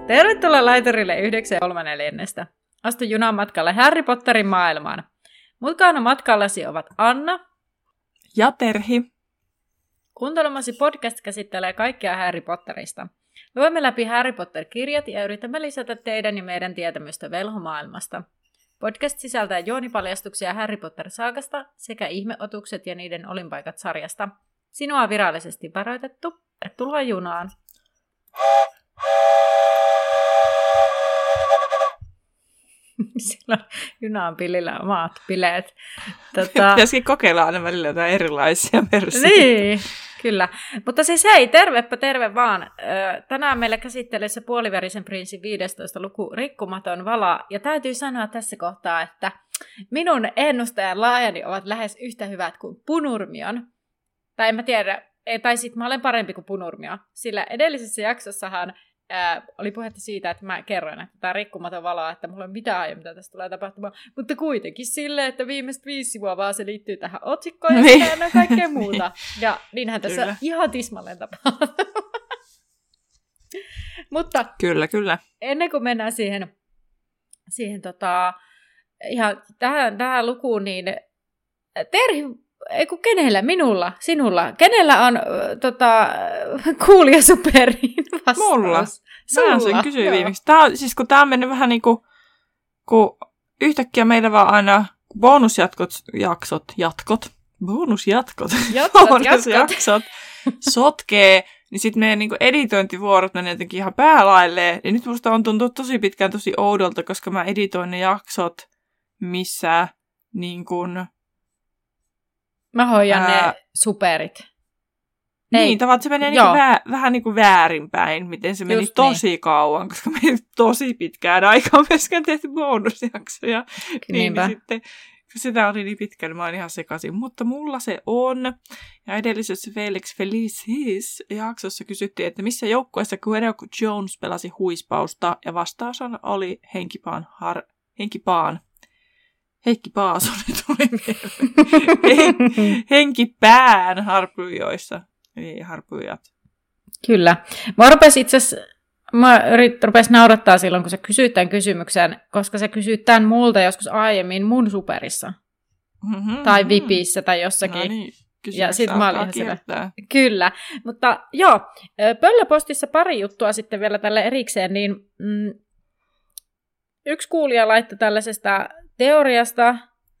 Tervetuloa laiturille 9.3. Astu junan matkalle Harry Potterin maailmaan. Mukana matkallasi ovat Anna ja Terhi. Kuuntelemasi podcast käsittelee kaikkea Harry Potterista. Luemme läpi Harry Potter-kirjat ja yritämme lisätä teidän ja meidän tietämystä velhomaailmasta. Podcast sisältää juonipaljastuksia Harry Potter-saagasta sekä ihmeotukset ja niiden olinpaikat sarjasta. Sinua on virallisesti varoitettu. Tervetuloa junaan. Silloin junaan pilillä omat bileet. Pitäisikin kokeilla aina välillä jotain erilaisia versioita. Niin, kyllä. Mutta siis hei, terve vaan. Tänään meillä käsittelyssä Puoliverisen prinssin 15. luku Rikkumaton vala. Ja täytyy sanoa tässä kohtaa, että minun ennustajan laajani ovat lähes yhtä hyvät kuin Punurmion. Tai en mä tiedä, tai sit mä olen parempi kuin Punurmio. Sillä edellisessä jaksossahan oli puhetta siitä, että mä kerroin, että tämä Rikkumaton vala, että mulla ei ole mitään aio, mitä tässä tulee tapahtumaan. Mutta kuitenkin silleen, että viimeiset 5 sivua vaan se liittyy tähän otsikkoon ja sitten kaikkea muuta. Ja niinhän tässä kyllä. Ihan tismalleen tapahtuu. Mutta kyllä. Ennen kuin mennään siihen ihan tähän lukuun, niin Terhi, kenellä? Minulla? Sinulla? Kenellä on kuulijasuperin vastaus? Mulla. Mä sen kysyin viimeksi. Siis kun tää on mennyt vähän niin kuin, kun yhtäkkiä meillä vaan aina bonusjaksot sotkee, niin sitten meidän niin kuin editointivuorot menee jotenkin ihan päälailleen. Ja nyt musta on tuntunut tosi pitkään tosi oudolta, koska mä editoin ne jaksot, missä niin kuin mä hoidan ne superit. Niin, tavallaan se menee vähän niin kuin väärinpäin, miten se meni just tosi niin kauan, koska me ei tosi pitkään aikaa myöskään tehty bonusjaksoja. Niin sitten, kun sitä oli niin pitkään, niin mä oon ihan sekaisin. Mutta mulla se on. Ja edellisessä Felix Felicis jaksossa kysyttiin, että missä joukkueessa Quirrell Jones pelasi huispausta, ja vastaus oli Heikki Paasonen tuli mieleen. Henkipään harpujoissa. Ei harpujat. Kyllä. Mä rupesi naurattaa silloin, kun sä kysyit tämän kysymyksen, koska sä kysyit tämän multa joskus aiemmin mun superissa. Tai Vipissä tai jossakin. No niin, ja sit mä olin ihan siellä. Kyllä. Mutta joo, Pöllöpostissa pari juttua sitten vielä tälle erikseen, niin yksi kuulija laittoi tällaisesta teoriasta,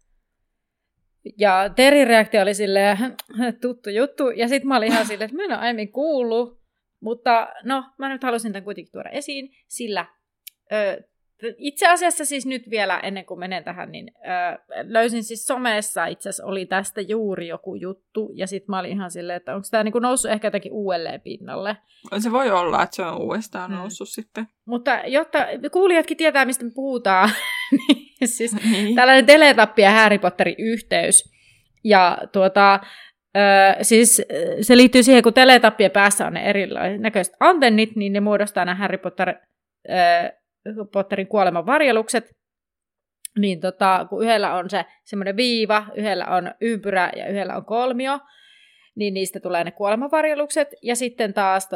ja Terin reaktio oli silleen tuttu juttu, ja sitten mä olin ihan silleen, että mä en ole aiemmin kuullut, mutta no, mä nyt halusin tämän kuitenkin tuoda esiin, sillä itse asiassa siis nyt vielä ennen kuin menen tähän, niin löysin siis somessa itse asiassa oli tästä juuri joku juttu, ja sitten mä olin ihan silleen, että onko tämä niinku noussut ehkä jotenkin uudelleen pinnalle. Se voi olla, että se on uudestaan noussut sitten. Mutta jotta kuulijatkin tietää, mistä me puhutaan, niin siis tällainen Teletappi ja Harry Potterin yhteys. Ja siis se liittyy siihen, kun Teletappien päässä on ne erilaiset näköiset antennit, niin ne muodostaa nämä Harry Potterin kuoleman varjelukset. Niin kun yhdellä on se semmoinen viiva, yhdellä on ympyrä ja yhdellä on kolmio, niin niistä tulee ne kuolemanvarjelukset. Ja sitten taas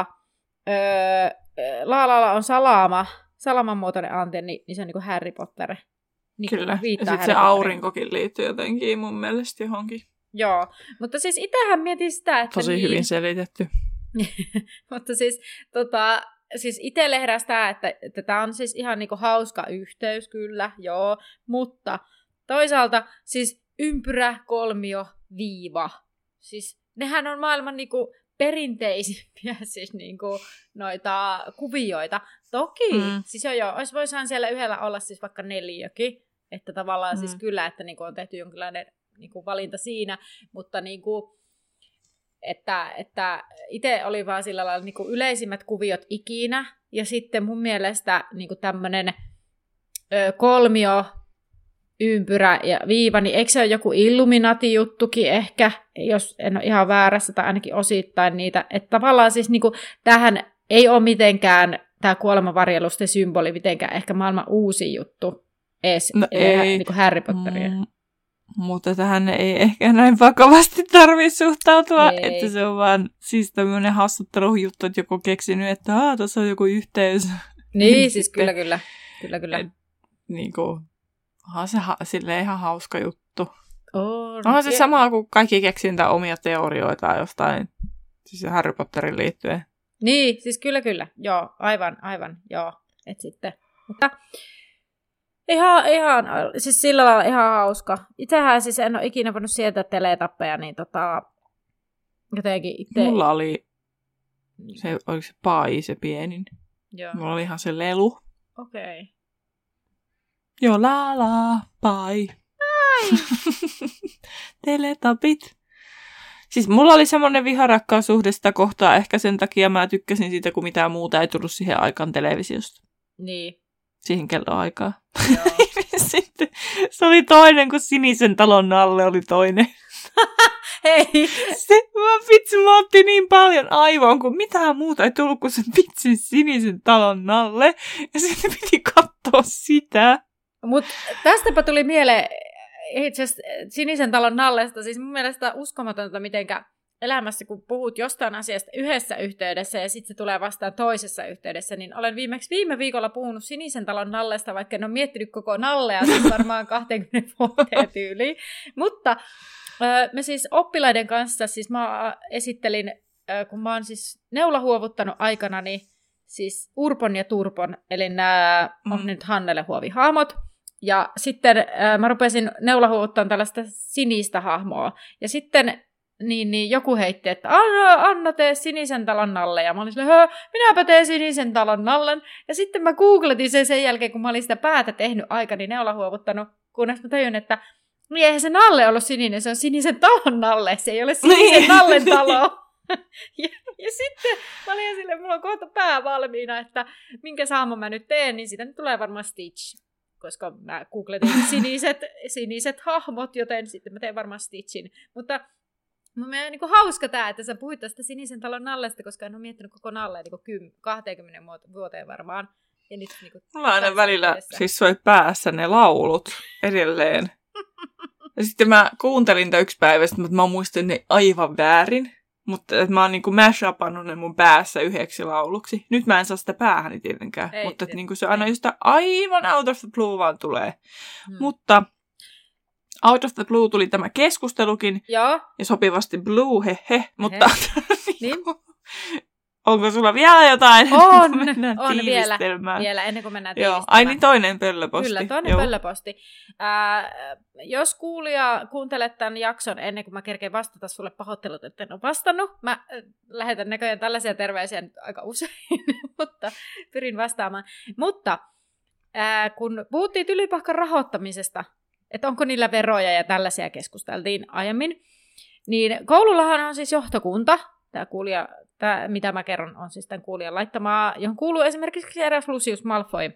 Laalalla on salaman muotoinen antenni, niin se on niin kuin Harry Potter. Niin kyllä, ja sitten se aurinkokin liittyy jotenkin mun mielestä johonkin. Joo, mutta siis itsehän mietin sitä, että tosi hyvin selitetty. Mutta siis itselle heräsi tämä, että tämä on siis ihan niinku hauska yhteys, kyllä, joo, mutta toisaalta siis ympyrä, kolmio, viiva, siis nehän on maailman niinku perinteisimpiä siis niinku noita kuvioita. Toki, siis voisihan siellä yhdellä olla siis vaikka 4, että tavallaan siis kyllä, että niinku on tehty jonkinlainen niinku valinta siinä, mutta niinku että itse oli vaan sillä lailla niinku yleisimmät kuviot ikinä, ja sitten mun mielestä niinku tämmöinen kolmio, ympyrä ja viiva, niin eikö se ole joku Illuminati-juttukin ehkä, jos en ole ihan väärässä, tai ainakin osittain niitä, että tavallaan siis niinku, tämähän ei ole mitenkään tämä kuolemanvarjelusten symboli mitenkään ehkä maailman uusi juttu edes niinku Harry Potteria. Mutta tähän ei ehkä näin vakavasti tarvitse suhtautua, että se on vaan siis tämmöinen hassuttelujuttu, että joku keksinyt, että tässä on joku yhteys. Niin, siis kyllä. Niinku, onhan se silleen ihan hauska juttu. Onhan se sama kuin kaikki keksintä omia teorioita jostain, siis Harry Potterin liittyen. Niin, siis kyllä. Joo, aivan, joo. Et sitten, mutta ihan, siis sillä lailla ihan hauska. Itsehän siis en ole ikinä voinut sieltä teletappeja, niin jotenkin itse... Mulla oli, oliko se pai se pienin? Joo. Mulla oli ihan se lelu. Okei. Okay. Joo, pai. Ai! Teletapit. Siis mulla oli semmoinen viharakkaussuhde sitä kohtaa, ehkä sen takia mä tykkäsin siitä, kun mitään muuta ei tullut siihen aikaan televisiosta. Niin. Siihen kelloaikaan. Sitten se oli toinen, kun Sinisen talon Nalle oli toinen. Hei! Mä otin niin paljon aivoon, kun mitään muuta ei tullut kuin sen vitsin Sinisen talon Nalle. Ja sitten piti katsoa sitä. Mutta tästäpä tuli mieleen itse asiassa Sinisen talon Nallesta. Siis mun mielestä uskomatonta, mitenkä elämässä, kun puhut jostain asiasta yhdessä yhteydessä ja sitten se tulee vastaan toisessa yhteydessä, niin olen viime viikolla puhunut Sinisen talon Nallesta, vaikka en ole miettinyt koko Nallea, siis varmaan 20 vuoteen tyyliin. Mutta me siis oppilaiden kanssa, siis mä esittelin, kun mä oon siis neulahuovuttanut aikanani, siis Urpon ja Turpon, eli nämä on nyt Hannele Huovi-hahmot. Ja sitten mä rupesin neulahuovuttamaan tällaista sinistä hahmoa. Ja sitten niin joku heitti, että Anna tee Sinisen talon Nalle. Ja mä olin silleen, minäpä teen Sinisen talon Nallen. Ja sitten mä googletin sen jälkeen, kun mä olin sitä päätä tehnyt aikani neulahuovuttanut, kunnes mä tajun, että niin eihän se Nalle ollut sininen, se on Sinisen talon Nalle. Se ei ole Sinisen Nallen talo. Ja sitten mä olin silleen, mulla on kohta pää valmiina, että minkä saama mä nyt teen, niin siitä nyt tulee varmaan Stitch. Koska mä googletin siniset hahmot, joten sitten mä teen varmaan Stitchin. Mutta mun mielestä niin hauska tää, että sä puhuit tästä Sinisen talon Nallesta, koska en ole miettinyt koko Nallea niin 20 vuoteen varmaan. Ja nyt, niin mulla aina välillä siis soi päässä ne laulut edelleen. Ja sitten mä kuuntelin tätä yksi päivä, mutta mä muistin ne aivan väärin. Mutta mä oon niinku mash-upannut ne mun päässä yhdeksi lauluksi. Nyt mä en saa sitä päähäni tietenkään. Ei, mutta niinku se aina just aivan out of the blue vaan tulee. Mutta out of the blue tuli tämä keskustelukin. Joo. Ja sopivasti blue, he. Mutta niin. Onko sulla vielä jotain? On vielä, ennen kuin mennään tiivistämään. Ai niin, toinen pöllöposti. Kyllä, toinen pöllöposti. Jos kuulija kuuntelet tämän jakson ennen kuin mä kerkeen vastata sulle, pahoittelut, että en ole vastannut. Mä lähetän näköjään tällaisia terveisiä nyt aika usein, mutta pyrin vastaamaan. Mutta kun puhuttiin Tylypahkan rahoittamisesta, että onko niillä veroja ja tällaisia keskusteltiin aiemmin, niin koulullahan on siis johtokunta. Tämä, mitä mä kerron, on siis tämän kuulijan laittamaa, johon kuuluu esimerkiksi eräs Lucius Malfoy.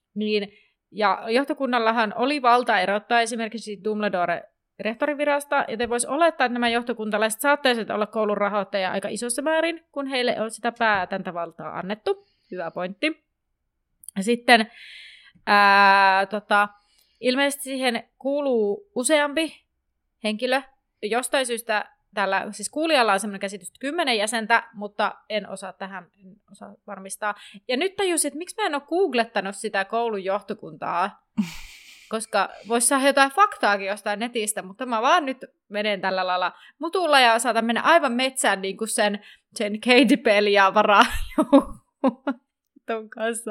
Ja johtokunnallahan oli valta erottaa esimerkiksi Dumbledore rehtorivirasta, joten voisi olettaa, että nämä johtokuntalaiset saattaisivat olla koulun rahoittajia aika isossa määrin, kun heille on sitä päätäntävaltaa annettu. Hyvä pointti. Ja sitten ilmeisesti siihen kuuluu useampi henkilö. Jostain syystä tällä, siis kuulijalla on semmoinen käsitys 10 jäsentä, mutta en osaa varmistaa. Ja nyt tajusin, että miksi mä en ole googlettanut sitä koulun johtokuntaa, koska voisi saada jotain faktaakin jostain netistä, mutta mä vaan nyt menen tällä lailla mutulla ja saatan mennä aivan metsään niin kuin sen Katy Perryä varaa ton kanssa.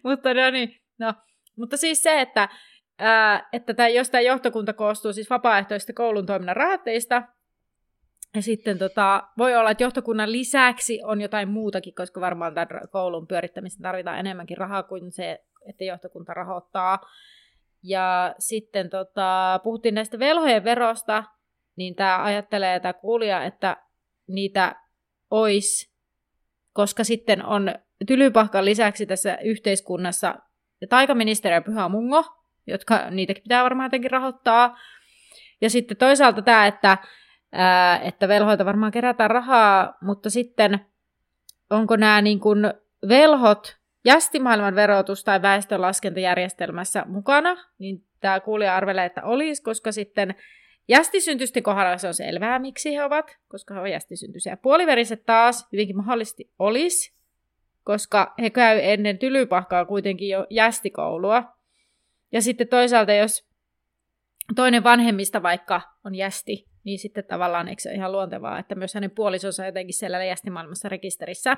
Mutta siis se, että jos tämä johtokunta koostuu siis vapaaehtoisista koulun toiminnan rahoitteista, ja sitten voi olla, että johtokunnan lisäksi on jotain muutakin, koska varmaan tämän koulun pyörittämistä tarvitaan enemmänkin rahaa kuin se, että johtokunta rahoittaa. Ja sitten puhuttiin näistä velhojen verosta, niin tämä ajattelee tämä kuulija, että niitä olisi, koska sitten on Tylypahkan lisäksi tässä yhteiskunnassa taikaministeri ja Pyhä Mungo, jotka niitäkin pitää varmaan jotenkin rahoittaa. Ja sitten toisaalta tämä, että velhoilta varmaan kerätään rahaa, mutta sitten onko nämä niin kuin velhot jästimaailman verotus- tai väestönlaskentajärjestelmässä mukana, niin tämä kuulija arvelee, että olisi, koska sitten jästisyntysten kohdalla se on selvää, miksi he ovat, koska he ovat jästisyntyisiä. Puoliveriset taas hyvinkin mahdollisesti olisi, koska he käy ennen Tylypahkaa kuitenkin jo jästikoulua. Ja sitten toisaalta, jos toinen vanhemmista vaikka on jästi, niin sitten tavallaan eikö se ole ihan luontevaa, että myös hänen puolisonsa jotenkin siellä jästimaailmassa rekisterissä.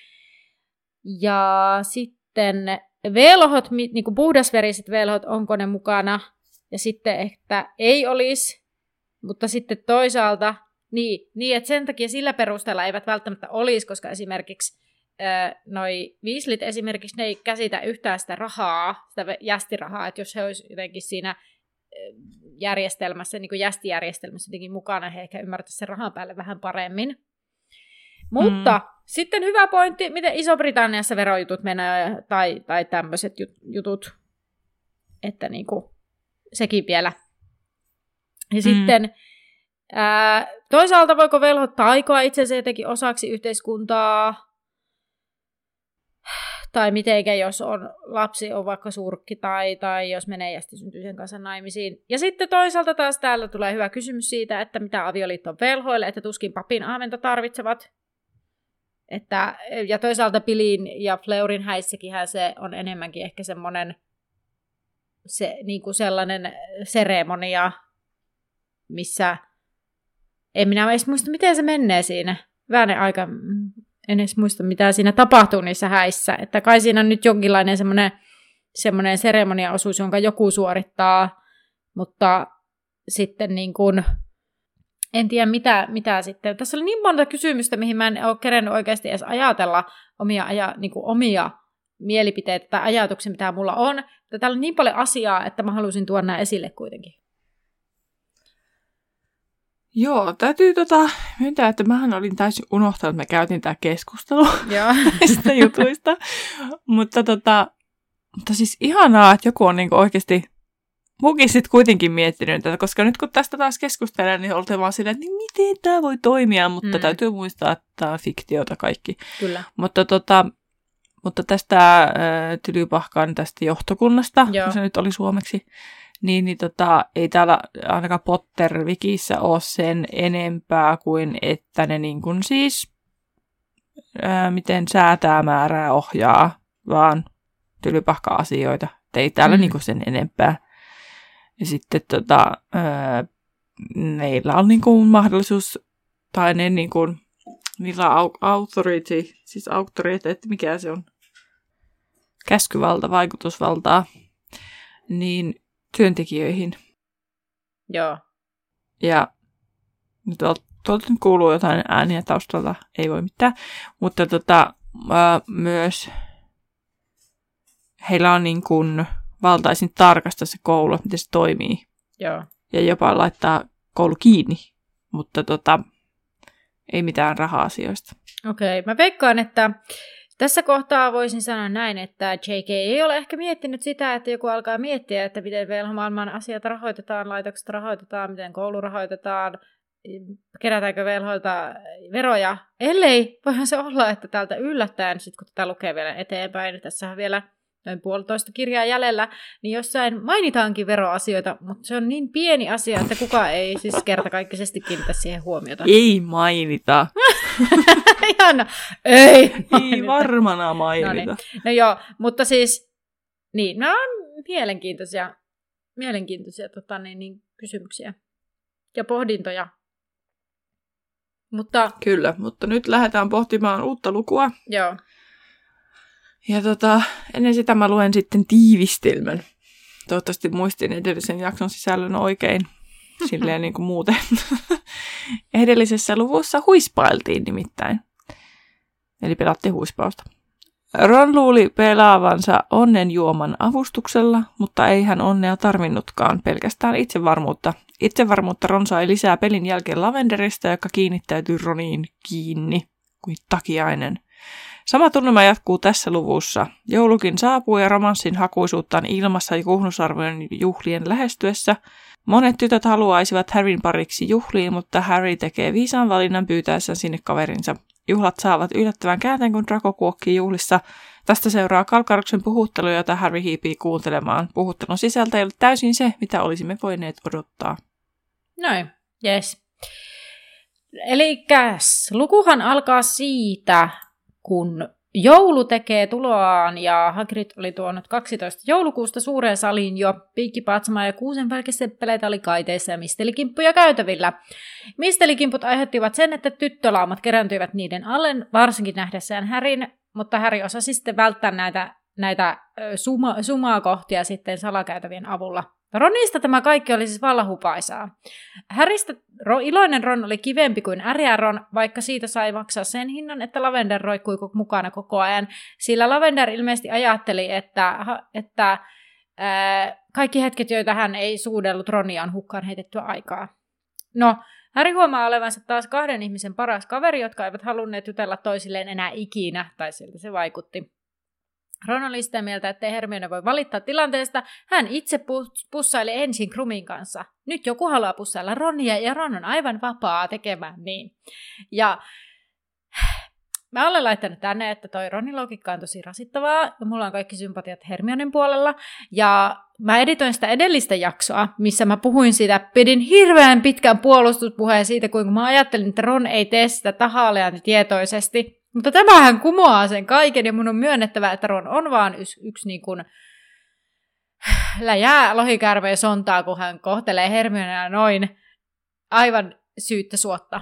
Ja sitten velhot, niin kuin puhdasveriset velhot, onko ne mukana? Ja sitten, että ei olisi, mutta sitten toisaalta, niin että sen takia sillä perusteella eivät välttämättä olisi, koska esimerkiksi noi Weasleyt esimerkiksi, ne ei käsitä yhtään sitä rahaa, sitä jästirahaa, että jos he olisivat jotenkin siinä järjestelmässä, niin kuin jästijärjestelmässä jotenkin mukana, he ehkä ymmärtäisivät sen rahan päälle vähän paremmin. Mutta sitten hyvä pointti, miten Iso-Britanniassa verojutut menee, tai tämmöiset jutut, että niinku, sekin vielä. Ja sitten toisaalta voiko velhot taikoa itsensä jotenkin osaksi yhteiskuntaa, tai mitenkä, jos on lapsi on vaikka surkki, tai jos menee jästisyntyisen kanssa naimisiin. Ja sitten toisaalta taas täällä tulee hyvä kysymys siitä, että mitä avioliitto on velhoille, että tuskin papin aamenta tarvitsevat. Ja toisaalta Billyn ja Fleurin häissäkinhän se on enemmänkin ehkä semmoinen niinku sellainen seremonia, missä en minä edes muista, miten se menee siinä. Väinen aika, en edes muista, mitä siinä tapahtuu niissä häissä. Että kai siinä on nyt jonkinlainen semmoinen seremoniaosuus, jonka joku suorittaa, mutta sitten niin kuin en tiedä mitä sitten. Tässä oli niin monta kysymystä, mihin mä en ole kerennyt oikeasti edes ajatella omia mielipiteitä tai ajatuksia, mitä mulla on. Mutta täällä on niin paljon asiaa, että mä halusin tuoda nämä esille kuitenkin. Joo, täytyy myöntää, että mähän olin täysin unohtanut, että me käytiin tämä keskustelu näistä jutuista. mutta siis ihanaa, että joku on niinku oikeasti mukin sitten kuitenkin miettinyt tätä, koska nyt kun tästä taas keskustellaan, niin oltiin vaan silleen, että niin miten tämä voi toimia, mutta täytyy muistaa, että tämä on fiktiota kaikki. Kyllä. Mutta tästä Tylypahkan tästä johtokunnasta, kun se nyt oli suomeksi, niin ei täällä ainakaan Potter-wikissä ole sen enempää kuin, että ne niin kuin siis miten säätää, määrää, ohjaa, vaan Tylypahka-asioita. Ei täällä niin kuin sen enempää. Ja sitten meillä on niin kuin mahdollisuus, tai ne niin kuin, niillä on authority, siis auktoriteetti, mikä se on, käskyvalta, vaikutusvaltaa, niin työntekijöihin. Joo. Ja tuolta nyt kuuluu jotain ääniä taustalta, ei voi mitään, mutta myös heillä on niin kuin valtaisin tarkastaa se koulu, miten se toimii. Joo. Ja jopa laittaa koulu kiinni, mutta ei mitään raha-asioista. Okei, mä veikkaan, että tässä kohtaa voisin sanoa näin, että J.K. ei ole ehkä miettinyt sitä, että joku alkaa miettiä, että miten velhomaailman asiat rahoitetaan, laitokset rahoitetaan, miten koulu rahoitetaan, kerätäänkö velhoilta veroja. Ellei, voihan se olla, että täältä yllättäen, sit kun tätä lukee vielä eteenpäin, tässä on vielä noin 1,5 kirjaa jäljellä, niin jossain mainitaankin veroasioita, mutta se on niin pieni asia, että kukaan ei siis kertakaikkisesti kiinnitä siihen huomiota. Ei mainita. Ihana. Ei mainita. Ei varmana mainita. No, niin. No joo, mutta siis, niin, nämä on mielenkiintoisia kysymyksiä ja pohdintoja. Mutta kyllä, mutta nyt lähdetään pohtimaan uutta lukua. Joo. Ja ennen sitä mä luen sitten tiivistelmän. Toivottavasti muistin edellisen jakson sisällön oikein. Silleen niin kuin muuten. Edellisessä luvussa huispailtiin nimittäin. Eli pelattiin huispausta. Ron luuli pelaavansa onnen juoman avustuksella, mutta ei hän onnea tarvinnutkaan, pelkästään itsevarmuutta. Itsevarmuutta Ron sai lisää pelin jälkeen Lavenderista, joka kiinnittäytyi Roniin kiinni kuin takiainen. Sama tunnelma jatkuu tässä luvussa. Joulukin saapuu ja romanssin hakuisuutta on ilmassa juhlusarvojen juhlien lähestyessä. Monet tytöt haluaisivat Harryn pariksi juhliin, mutta Harry tekee viisaan valinnan pyytäessään sinne kaverinsa. Juhlat saavat yllättävän käänteen, kun Draco kuokkii juhlissa. Tästä seuraa Kalkaroksen puhuttelu, jota Harry hiipii kuuntelemaan. Puhuttelun sisältö ei ole täysin se, mitä olisimme voineet odottaa. Noin, jes. Elikkäs lukuhan alkaa siitä, kun joulu tekee tuloaan ja Hagrid oli tuonut 12. joulukuusta suureen saliin jo. Piikki, Paatsama ja Kuusenvälkisseppeleitä oli kaiteissa ja mistelikimppuja käytävillä. Mistelikimput aiheuttivat sen, että tyttölaumat kerääntyivät niiden alle, varsinkin nähdessään Harryn, mutta Harry osasi sitten välttää näitä sumaa-kohtia sitten salakäytävien avulla. Ronista tämä kaikki oli siis vallahupaisaa. Harrystä iloinen Ron oli kivempi kuin äreä Ron, vaikka siitä sai maksaa sen hinnan, että Lavender roikkui mukana koko ajan, sillä Lavender ilmeisesti ajatteli, että kaikki hetket, joita hän ei suudellut Ronia, on hukkaan heitettyä aikaa. No, Harry huomaa olevansa taas 2 ihmisen paras kaveri, jotka eivät halunneet jutella toisilleen enää ikinä, tai siltä se vaikutti. Ron oli sitä mieltä, ettei Hermione voi valittaa tilanteesta. Hän itse pussaili ensin Krumin kanssa. Nyt joku haluaa pussailla Ronia ja Ron on aivan vapaa tekemään niin. Ja mä olen laittanut tänne, että toi Ronin logiikka on tosi rasittavaa ja mulla on kaikki sympatiat Hermionen puolella. Ja mä editoin sitä edellistä jaksoa, missä mä puhuin siitä, pidin hirveän pitkän puolustuspuheen siitä, kuinka mä ajattelin, että Ron ei tee sitä tahalleen tietoisesti. Mutta tämähän kumoaa sen kaiken ja mun on myönnettävä, että Ron on vaan yksi niin kuin läjää lohikärmeen sontaa, kun hän kohtelee Hermionea noin aivan syyttä suotta.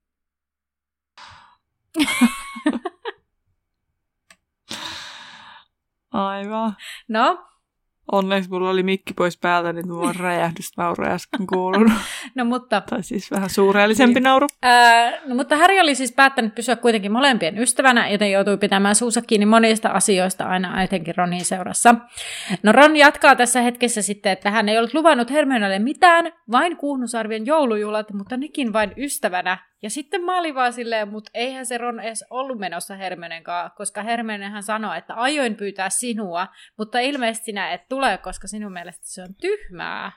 Aivan. No? Onneksi mulla oli mikki pois päältä, niin tuo räjähdysnauru äsken kuulunut. No mutta... Tai siis vähän suureellisempi nauru. No mutta Harry oli siis päättänyt pysyä kuitenkin molempien ystävänä, joten joutui pitämään suunsa kiinni monista asioista aina etenkin Ronin seurassa. No Ron jatkaa tässä hetkessä sitten, että hän ei ollut luvannut Hermionelle mitään, vain Kuhnusarvien joulujuhlat, mutta nekin vain ystävänä. Ja sitten mä olin vaan silleen, mutta eihän se Ron edes ollut menossa Hermionenkaan, koska Hermionenhan sanoi, että aioin pyytää sinua, mutta ilmeisesti sinä et tule, koska sinun mielestä se on tyhmää.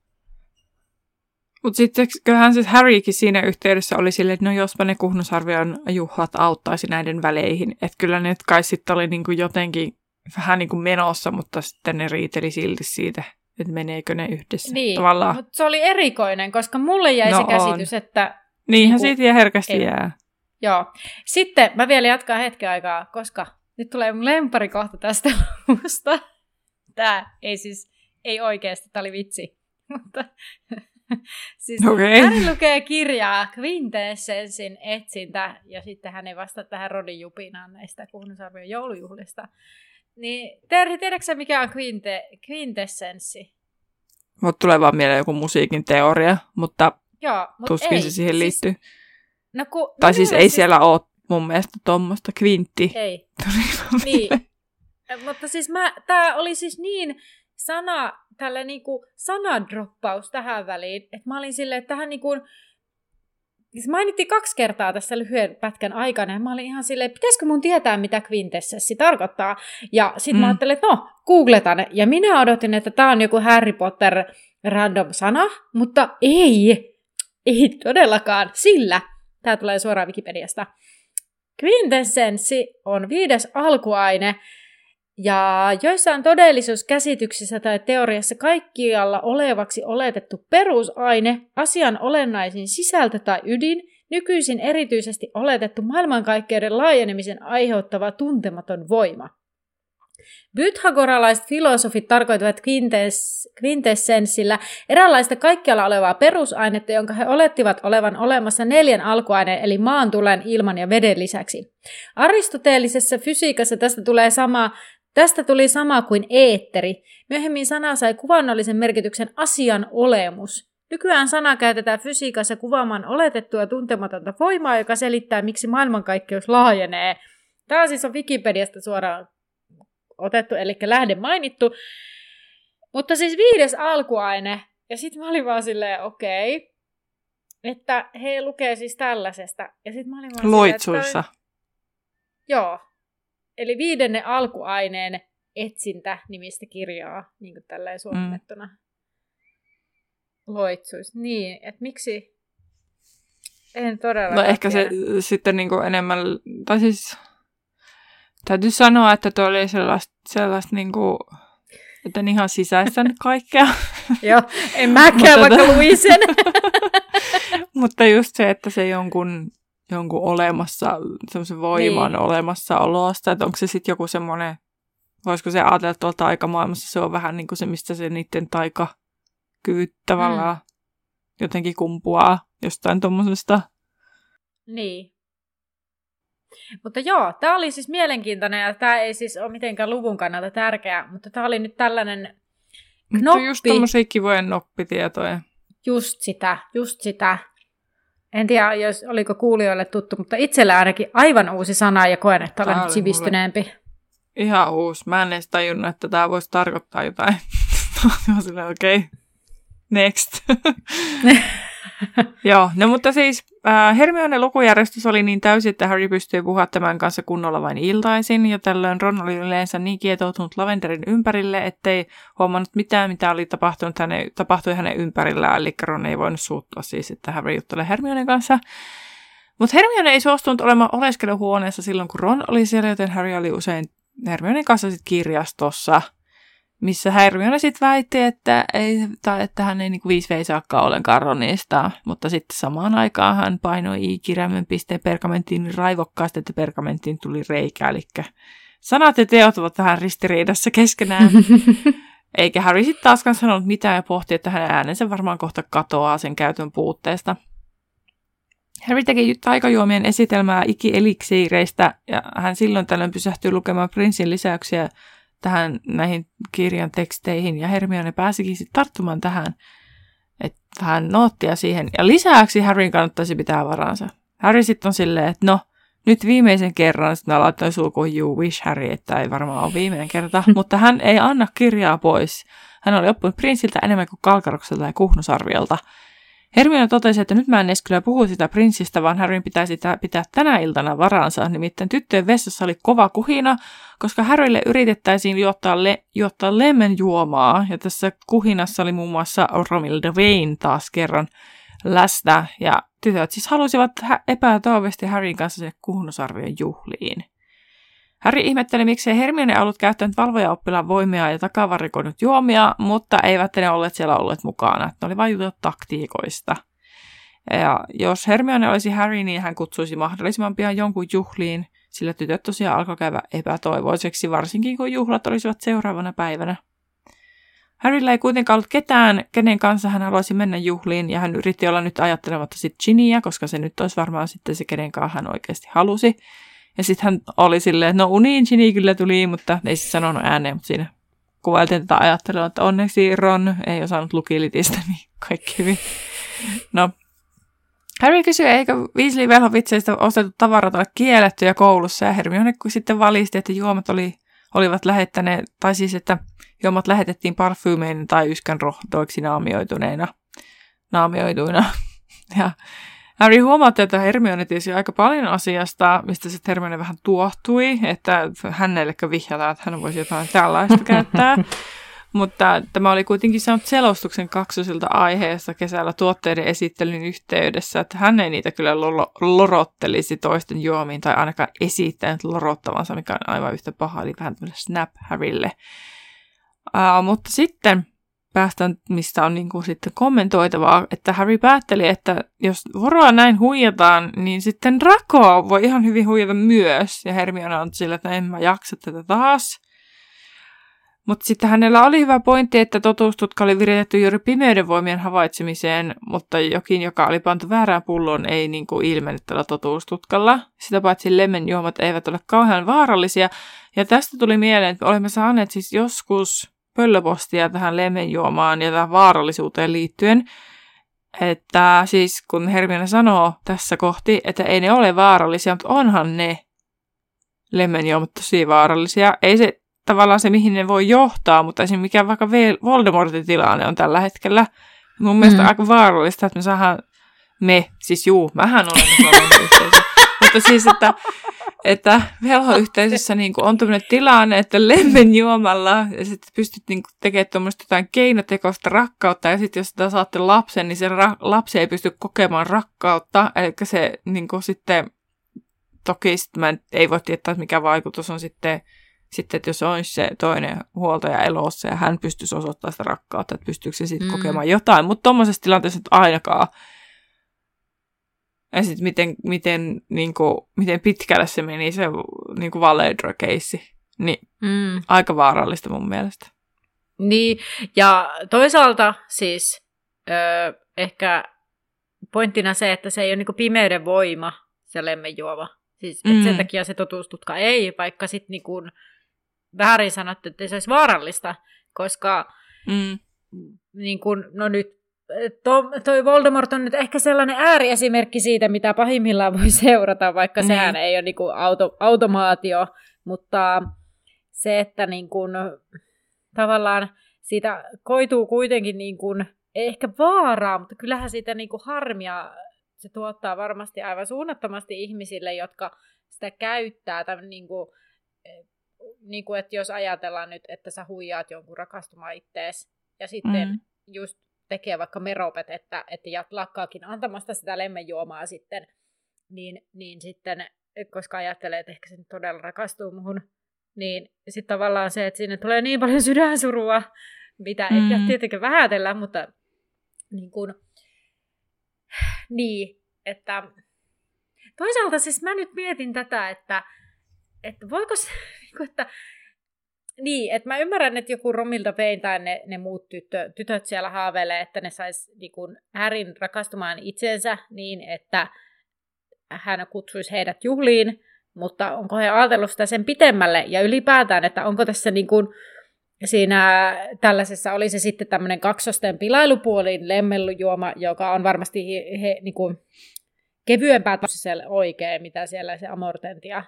Mutta sitten kyllähän se Harrykin siinä yhteydessä oli silleen, että no jospa ne Kuhnusarvion juhlat auttaisi näiden väleihin. Että kyllä ne kai sitten oli niinku jotenkin vähän niinku menossa, mutta sitten ne riiteli silti siitä, että meneekö ne yhdessä. Niin, tavallaan. Mutta se oli erikoinen, koska mulle jäi se käsitys, että... Niinhän siitä ja herkästi jää. Joo. Sitten mä vielä jatkan hetken aikaa, koska nyt tulee mun lemparikohta tästä luvusta. Tää ei oikeasti, tää oli vitsi. Mutta siis Harry lukee kirjaa Quintessensin etsintä, ja sitten hän ei vastaa tähän Ronin jupinaan näistä Kuhnusarvion joulujuhlista. Niin tiedätkö sä, mikä on Quintessenssi? Mut tulee vaan mieleen joku musiikin teoria, mutta... Joo, tuskin ei, se siihen liittyy. No, tai siis ei siellä ole mun mielestä tommoista kvintti. Ei. Niin. Mutta siis tää oli siis niin sanadroppaus tähän väliin, että mä olin silleen, että tähän niinku... Se mainittiin 2 kertaa tässä lyhyen pätkän aikana, ja mä olin ihan silleen, pitäisikö mun tietää, mitä Quintessenssi tarkoittaa? Ja sit mä ajattelin, että no, googletan. Ja minä odotin, että tää on joku Harry Potter random sana, mutta ei todellakaan, sillä, tää tulee suoraan Wikipediasta. Quintessenssi on 5. alkuaine, ja joissain todellisuuskäsityksissä tai teoriassa kaikkialla olevaksi oletettu perusaine, asian olennaisin sisältö tai ydin, nykyisin erityisesti oletettu maailmankaikkeuden laajenemisen aiheuttava tuntematon voima. Pythagoralaiset filosofit tarkoittavat quintessenssillä eräänlaista kaikkialla olevaa perusainetta, jonka he olettivat olevan olemassa 4 alkuaineen, eli maan, tulen, ilman ja veden lisäksi. Aristoteellisessa fysiikassa tästä tuli sama kuin eetteri. Myöhemmin sana sai kuvannollisen merkityksen asian olemus. Nykyään sana käytetään fysiikassa kuvaamaan oletettua tuntematonta voimaa, joka selittää, miksi maailmankaikkeus laajenee. Tämä siis on Wikipediasta suoraan otettu, eli lähde mainittu. Mutta siis 5. alkuaine, ja sitten mä olin vaan silleen, okei, että he lukee siis tällaisesta. Ja sit mä olin vaan Loitsuissa. Joo, eli 5. alkuaineen etsintä nimistä kirjaa, niin kuin tälleen suomennettuna. Loitsuissa, niin, että miksi... En todellakaan. No ehkä se sitten niin kuin enemmän, tai siis... Täytyy sanoa, että tuo oli sellaista niin kuin, että en ihan sisäistänyt kaikkea. Joo, en mäkään vaikka luin sen. Mutta just se, että se jonkun olemassa, semmoisen voiman olemassaolosta, että onko se sitten joku semmoinen, voisiko se ajatella, että tuolla taikamaailmassa se on vähän niin kuin se, mistä se niiden taikakyvyt tavallaan jotenkin kumpuaa jostain tuommoisesta. Niin. Mutta joo, tämä oli siis mielenkiintoinen ja tämä ei siis ole mitenkään luvun kannalta tärkeä, mutta tämä oli nyt tällainen knoppi. Mutta just tommosia kivoja noppitietoja. Just sitä. En tiedä, oliko kuulijoille tuttu, mutta itsellä ainakin aivan uusi sana ja koen, että olen nyt sivistyneempi. Ihan uusi. Mä en edes tajunnut, että tämä voisi tarkoittaa jotain. Mä silleen, okei. Next. Joo, no mutta siis Hermionen lukujärjestys oli niin täysin, että Harry pystyi puhua tämän kanssa kunnolla vain iltaisin, ja tällöin Ron oli yleensä niin kietoutunut Lavenderin ympärille, ettei huomannut mitään, mitä oli tapahtui hänen ympärillään, eli Ron ei voinut suuttua siis, että Harry juttelee Hermionen kanssa. Mutta Hermione ei suostunut olemaan oleskeluhuoneessa silloin, kun Ron oli siellä, joten Harry oli usein Hermionen kanssa sit kirjastossa, missä Hermione sitten väitti, että hän ei niinku 5 veisaakaan ollenkaan Ronista, mutta sitten samaan aikaan hän painoi kirjaimen pisteen pergamenttiin niin raivokkaasti, että pergamenttiin tuli reikä, eli sanat ja teot ovat vähän ristiriidassa keskenään. Eikä Harry sitten taaskaan sanonut mitään ja pohti, että hänen äänensä varmaan kohta katoaa sen käytön puutteesta. Harry teki taikajuomien esitelmää iki-eliksiireistä, ja hän silloin tällöin pysähtyi lukemaan Prinssin lisäyksiä näihin kirjan teksteihin, ja Hermione pääsikin sitten tarttumaan tähän, että vähän noottia siihen. Ja lisäksi Harryn kannattaisi pitää varansa. Harry sitten on silleen, että no, nyt viimeisen kerran, sitten mä laitoin sulkuun you wish Harry, että ei varmaan ole viimeinen kerta, mutta hän ei anna kirjaa pois. Hän oli oppinut Prinssiltä enemmän kuin Kalkarokselta ja Kuhnusarviolta. Hermione totesi, että nyt mä en edes kyllä puhu sitä Prinssistä, vaan Harryn pitäisi pitää tänä iltana varansa. Nimittäin tyttöjen vessassa oli kova kuhina, koska Harrylle yritettäisiin juottaa lemmenjuomaa. Ja tässä kuhinassa oli muun muassa Romilda Vane taas kerran läsnä. Ja tytöt siis halusivat epätoivoisesti Harryn kanssa sinne Kuhnusarvion juhliin. Harry ihmetteli, miksei Hermione ollut käyttänyt valvojaoppilaan voimia ja takavarikoinut juomia, mutta eivät ne olleet mukana. Ne oli vain jutellut taktiikoista. Ja jos Hermione olisi Harry, niin hän kutsuisi mahdollisimman pian jonkun juhliin, sillä tytöt tosiaan alkoi käydä epätoivoiseksi, varsinkin kun juhlat olisivat seuraavana päivänä. Harryllä ei kuitenkaan ollut ketään, kenen kanssa hän haluaisi mennä juhliin, ja hän yritti olla nyt ajattelematta sitten Ginnyä, koska se nyt olisi varmaan sitten se, kenen kanssa hän oikeasti halusi. Ja sitten hän oli silleen, että no uniin Ginny kyllä tuli, mutta ei se sanonut ääneen, mutta siinä kuvailtiin tätä ajattelua, että onneksi Ron ei osannut lukilitistä, niin kaikki hyvin. No, Harry kysyi, eikö Weasley-velhovitseista ostetut tavarat ole kiellettyjä koulussa, ja Hermione sitten valisti, että juomat olivat lähettäneet, tai siis, että juomat lähetettiin parfyymeina tai yskän rohtoiksi naamioituina. Ja Harry huomautti, että Hermione tiesi aika paljon asiasta, mistä sitten Hermione vähän tuohtui, että hänellekö vihjataan, että hän voisi jotain tällaista käyttää. Mutta tämä oli kuitenkin saanut selostuksen kaksosilta aiheesta kesällä tuotteiden esittelyn yhteydessä, että hän ei niitä kyllä lorottelisi toisten juomiin tai ainakaan esittänyt lorottavansa, mikä on aivan yhtä paha, eli vähän tämmöinen snap Harrylle. Mutta sitten päästään, mistä on niinku sitten kommentoitavaa, että Harry päätteli, että jos Voroa näin huijataan, niin sitten Draco voi ihan hyvin huijata myös. Ja Hermione on sillä, että en mä jaksa tätä taas. Mutta sitten hänellä oli hyvä pointti, että totuustutka oli viritetty juuri pimeyden voimien havaitsemiseen, mutta jokin, joka oli pantu väärään pulloon, ei niinku ilmennyt tällä totuustutkalla. Sitä paitsi lemmenjuomat eivät ole kauhean vaarallisia. Ja tästä tuli mieleen, että olemme saaneet siis joskus pöllöpostia tähän lemmenjuomaan ja tähän vaarallisuuteen liittyen, että siis kun Hermione sanoo tässä kohti, että ei ne ole vaarallisia, mutta onhan ne lemmenjuomat tosi vaarallisia. Ei se tavallaan se, mihin ne voi johtaa, mutta esimerkiksi mikä vaikka Voldemortin tilanne on tällä hetkellä. Mun mielestä aika vaarallista, että me saadaan mähän olen velhoyhteisö, mutta siis, että velhoyhteisössä niin on tämmöinen tilanne, että lemmenjuomalla ja sitten pystyt niin tekemään tuommoista jotain keinotekoista rakkautta ja sitten jos sitä saatte lapsen, niin se lapsi ei pysty kokemaan rakkautta, eli se niin sitten toki sitten ei voi tietää, mikä vaikutus on sitten, että jos olisi se toinen huoltaja elossa ja hän pystyisi osoittamaan sitä rakkautta, että pystyykö se sitten kokemaan jotain. Mutta tuommoisessa tilanteessa nyt ainakaan Ja sitten miten pitkälle se meni se niin kuin Valedra-keissi. Niin aika vaarallista mun mielestä. Niin, ja toisaalta siis ehkä pointtina se, että se ei ole niin kuin pimeyden voima, se lemmenjuoma. Siis sen takia se totuustutka ei, vaikka sitten niin kuin väärin sanottu, että se olisi vaarallista, koska niin kuin, no nyt toi Voldemort on nyt ehkä sellainen ääriesimerkki siitä, mitä pahimmillaan voi seurata, vaikka sehän ei ole niin kuin automaatio, mutta se, että niin kuin, tavallaan siitä koituu kuitenkin niin kuin, ehkä vaaraa, mutta kyllähän siitä niin kuin harmia se tuottaa varmasti aivan suunnattomasti ihmisille, jotka sitä käyttää. Niin kuin, että jos ajatellaan nyt, että sä huijaat jonkun rakastumaan ittees ja sitten just tekee vaikka meropet, että lakkaakin antamasta sitä lemmenjuomaa sitten, niin sitten, koska ajattelee, että ehkä se nyt todella rakastuu muhun, niin sitten tavallaan se, että sinne tulee niin paljon sydänsurua, mitä ei tietenkään vähätellä, mutta niin, että toisaalta siis mä nyt mietin tätä, että voiko se, että mä ymmärrän, että joku Romilda Payne tai ne muut tytöt siellä haaveilee, että ne sais Harryn rakastumaan itseensä niin, että hän kutsuisi heidät juhliin, mutta onko he ajatellut sitä sen pitemmälle ja ylipäätään, että onko tässä siinä tällaisessa, oli se sitten tämmöinen kaksosten pilailupuolin lemmenjuoma, joka on varmasti kevyempää tosiselle oikein, mitä siellä se amortentia,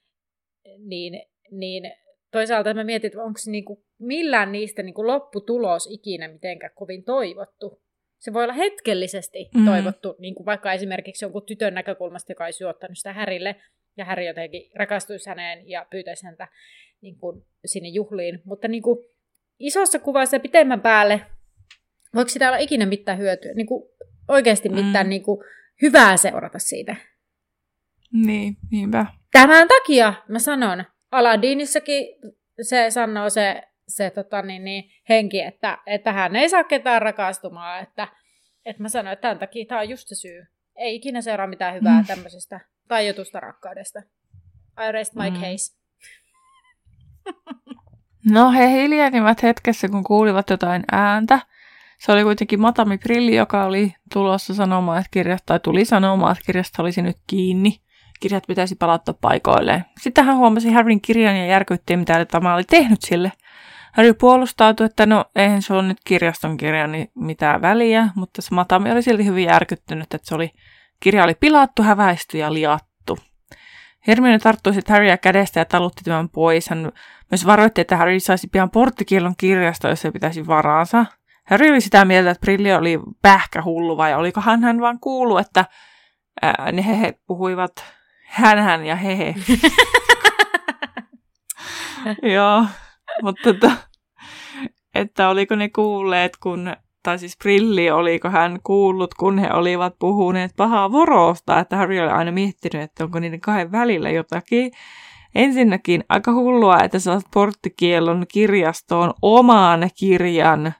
niin toisaalta mä mietin, että onko se millään niistä lopputulos ikinä mitenkään kovin toivottu. Se voi olla hetkellisesti toivottu, vaikka esimerkiksi jonkun tytön näkökulmasta, joka olisi juottanut sitä Harrylle, ja Harry jotenkin rakastuisi häneen ja pyytäisi häntä sinne juhliin. Mutta isossa kuvassa pitemmän päälle, voiko sitä olla ikinä mitään hyötyä? Oikeasti mitään hyvää seurata siitä. Niin, niinpä. Tämän takia mä sanon, Aladinissakin se sanoo se henki, että hän ei saa ketään rakastumaan. Että mä sanon, että tämän takia tämä on just se syy. Ei ikinä seuraa mitään hyvää tämmöisestä tajutusta rakkaudesta. I rest my case. No he hiljenivät hetkessä, kun kuulivat jotain ääntä. Se oli kuitenkin Madame Brilli, joka oli tulossa sanomaan, että tuli sanomaan, että kirjasta olisi nyt kiinni. Kirjat pitäisi palauttaa paikoilleen. Sitten hän huomasi Harryn kirjan ja järkytti, mitä tämä oli tehnyt sille. Harry puolustautui, että no eihän se ole nyt kirjaston kirja, niin mitään väliä, mutta se Madame oli silti hyvin järkyttynyt, että kirja oli pilattu, häväisty ja liattu. Hermione tarttui sitten Harrya kädestä ja talutti tämän pois. Hän myös varoitti, että Harry saisi pian porttikiellon kirjasta, jos se pitäisi varaansa. Harry oli sitä mieltä, että Brilli oli pähkähullu, vai olikohan hän vaan kuullut, että ne he puhuivat hän ja hehe. Joo, mutta että oliko ne kuulleet, tai siis Brilli, oliko hän kuullut, kun he olivat puhuneet pahaa vorosta, että Harry oli aina miettinyt, että onko niiden kahden välillä jotakin. Ensinnäkin aika hullua, että saat porttikiellon kirjastoon omaan kirjan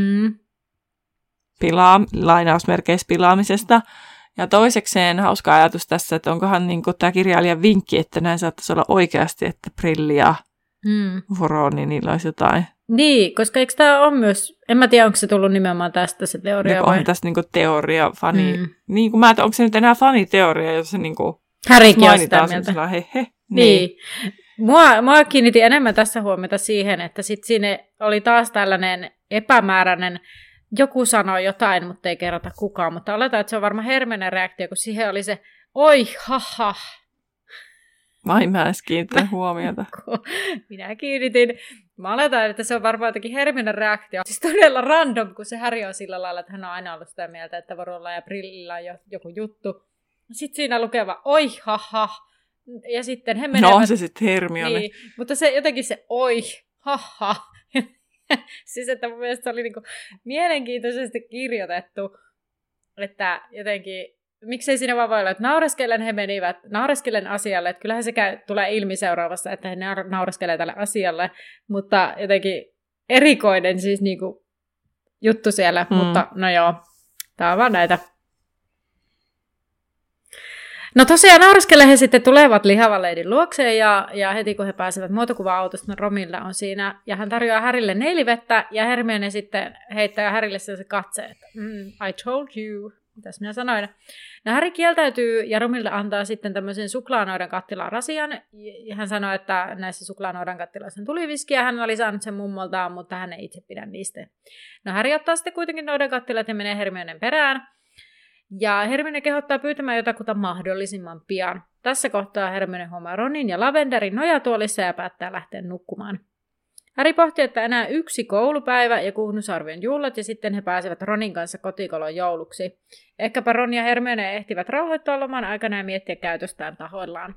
lainausmerkeissä pilaamisesta. Ja toisekseen hauska ajatus tässä, että onkohan tämä kirjailijan vinkki, että näin saattaisi olla oikeasti, että Brilli ja Voro, niin niillä olisi jotain. Niin, koska eikö tämä ole myös, en mä tiedä, onko se tullut nimenomaan tästä se teoria vai? Onko tässä teoria, fani, onko se nyt enää faniteoria, jos se Harrykin on sitä mieltä. Niin. Mua kiinnitin enemmän tässä huomiota siihen, että sitten siinä oli taas tällainen epämääräinen, joku sanoi jotain, mutta ei kerrota kukaan, mutta oletan, että se on varmaan Hermionen reaktio, kun siihen oli se, oi, haha. Vai mä edes kiinnitin huomiota. Minä kiinnitin. Mä oletan, että se on varmaan jotenkin Hermionen reaktio. Siis todella random, kun se Harry on sillä lailla, että hän on aina ollut sitä mieltä, että Vorolla ja Brillillä on joku juttu. Sitten siinä lukeva, oi, haha. Ja sitten he menevät. No se sitten Hermione. Niin, mutta se jotenkin se, oi, haha. Siis että mun mielestä se oli mielenkiintoisesti kirjoitettu, että jotenkin, miksei siinä vaan voi olla, että naureskellen asialle, että kyllähän se tulee ilmi seuraavassa, että he naureskelee tälle asialle, mutta jotenkin erikoinen siis juttu siellä, mutta no joo, tää on vaan näitä. No tosiaan nauriskelle he sitten tulevat lihavan leidin luokseen ja heti kun he pääsevät muotokuva-autosta, Romilla on siinä ja hän tarjoaa Harrylle neilivettä ja Hermione sitten heittää Harrylle se katse, että I told you, mitäs minä sanoin. No Harry kieltäytyy ja Romilda antaa sitten tämmöisen suklaanoudan kattilaan rasian ja hän sanoi, että näissä suklaanoudan kattiloissa on tuliviskiä, hän oli saanut sen mummoltaan, mutta hän ei itse pidä niistä. No Harry ottaa sitten kuitenkin noudan kattilat ja menee Hermionen perään. Ja Hermione kehottaa pyytämään jotakuta mahdollisimman pian. Tässä kohtaa Hermione huomaa Ronin ja Lavenderin nojatuolissa ja päättää lähteä nukkumaan. Harry pohtii, että enää 1 koulupäivä ja Kuhnusarvion juhlat ja sitten he pääsevät Ronin kanssa kotikolon jouluksi. Ehkäpä Ron ja Hermione ehtivät rauhoittaa loman aikana ja miettiä käytöstään tahoillaan.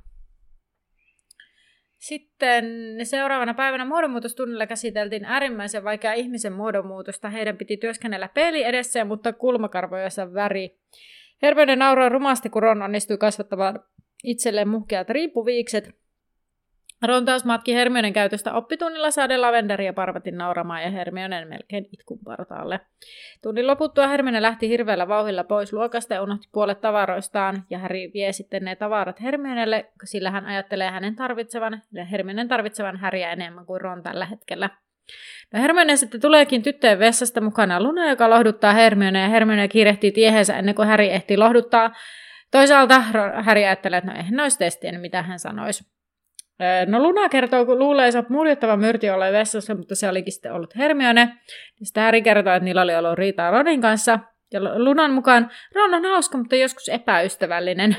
Sitten seuraavana päivänä muodonmuutostunnilla käsiteltiin äärimmäisen vaikeaa ihmisen muodonmuutosta. Heidän piti työskennellä peili edessä, mutta kulmakarvojensa väri. Hermione nauraa rumasti, kun Ron onnistui kasvattamaan itselleen muhkeat riippuviikset. Ron taas matki Hermionen käytöstä oppitunnilla saaden Lavenderin ja Parvatin nauramaan ja Hermionen melkein itkun partaalle. Tunnin loputtua Hermione lähti hirveällä vauhdilla pois luokasta ja unohti puolet tavaroistaan, ja Harry vie sitten ne tavarat Hermionelle, sillä hän ajattelee Hermionen tarvitsevan Harryä enemmän kuin Ron tällä hetkellä. No Hermione sitten tuleekin tyttöjen vessasta mukana Luna, joka lohduttaa Hermione, ja Hermione kiirehtii tiehensä ennen kuin Harry ehtii lohduttaa. Toisaalta Harry ajattelee, että no eihän olisi testiä, mitä hän sanoisi. No Luna kertoo, kun luuleensa muljottava myrti olleen vessassa, mutta se olikin sitten ollut Hermione. Sitten Harry kertoo, että niillä oli ollut riitaa Ronin kanssa. Ja Lunan mukaan Ron on hauska, mutta joskus epäystävällinen.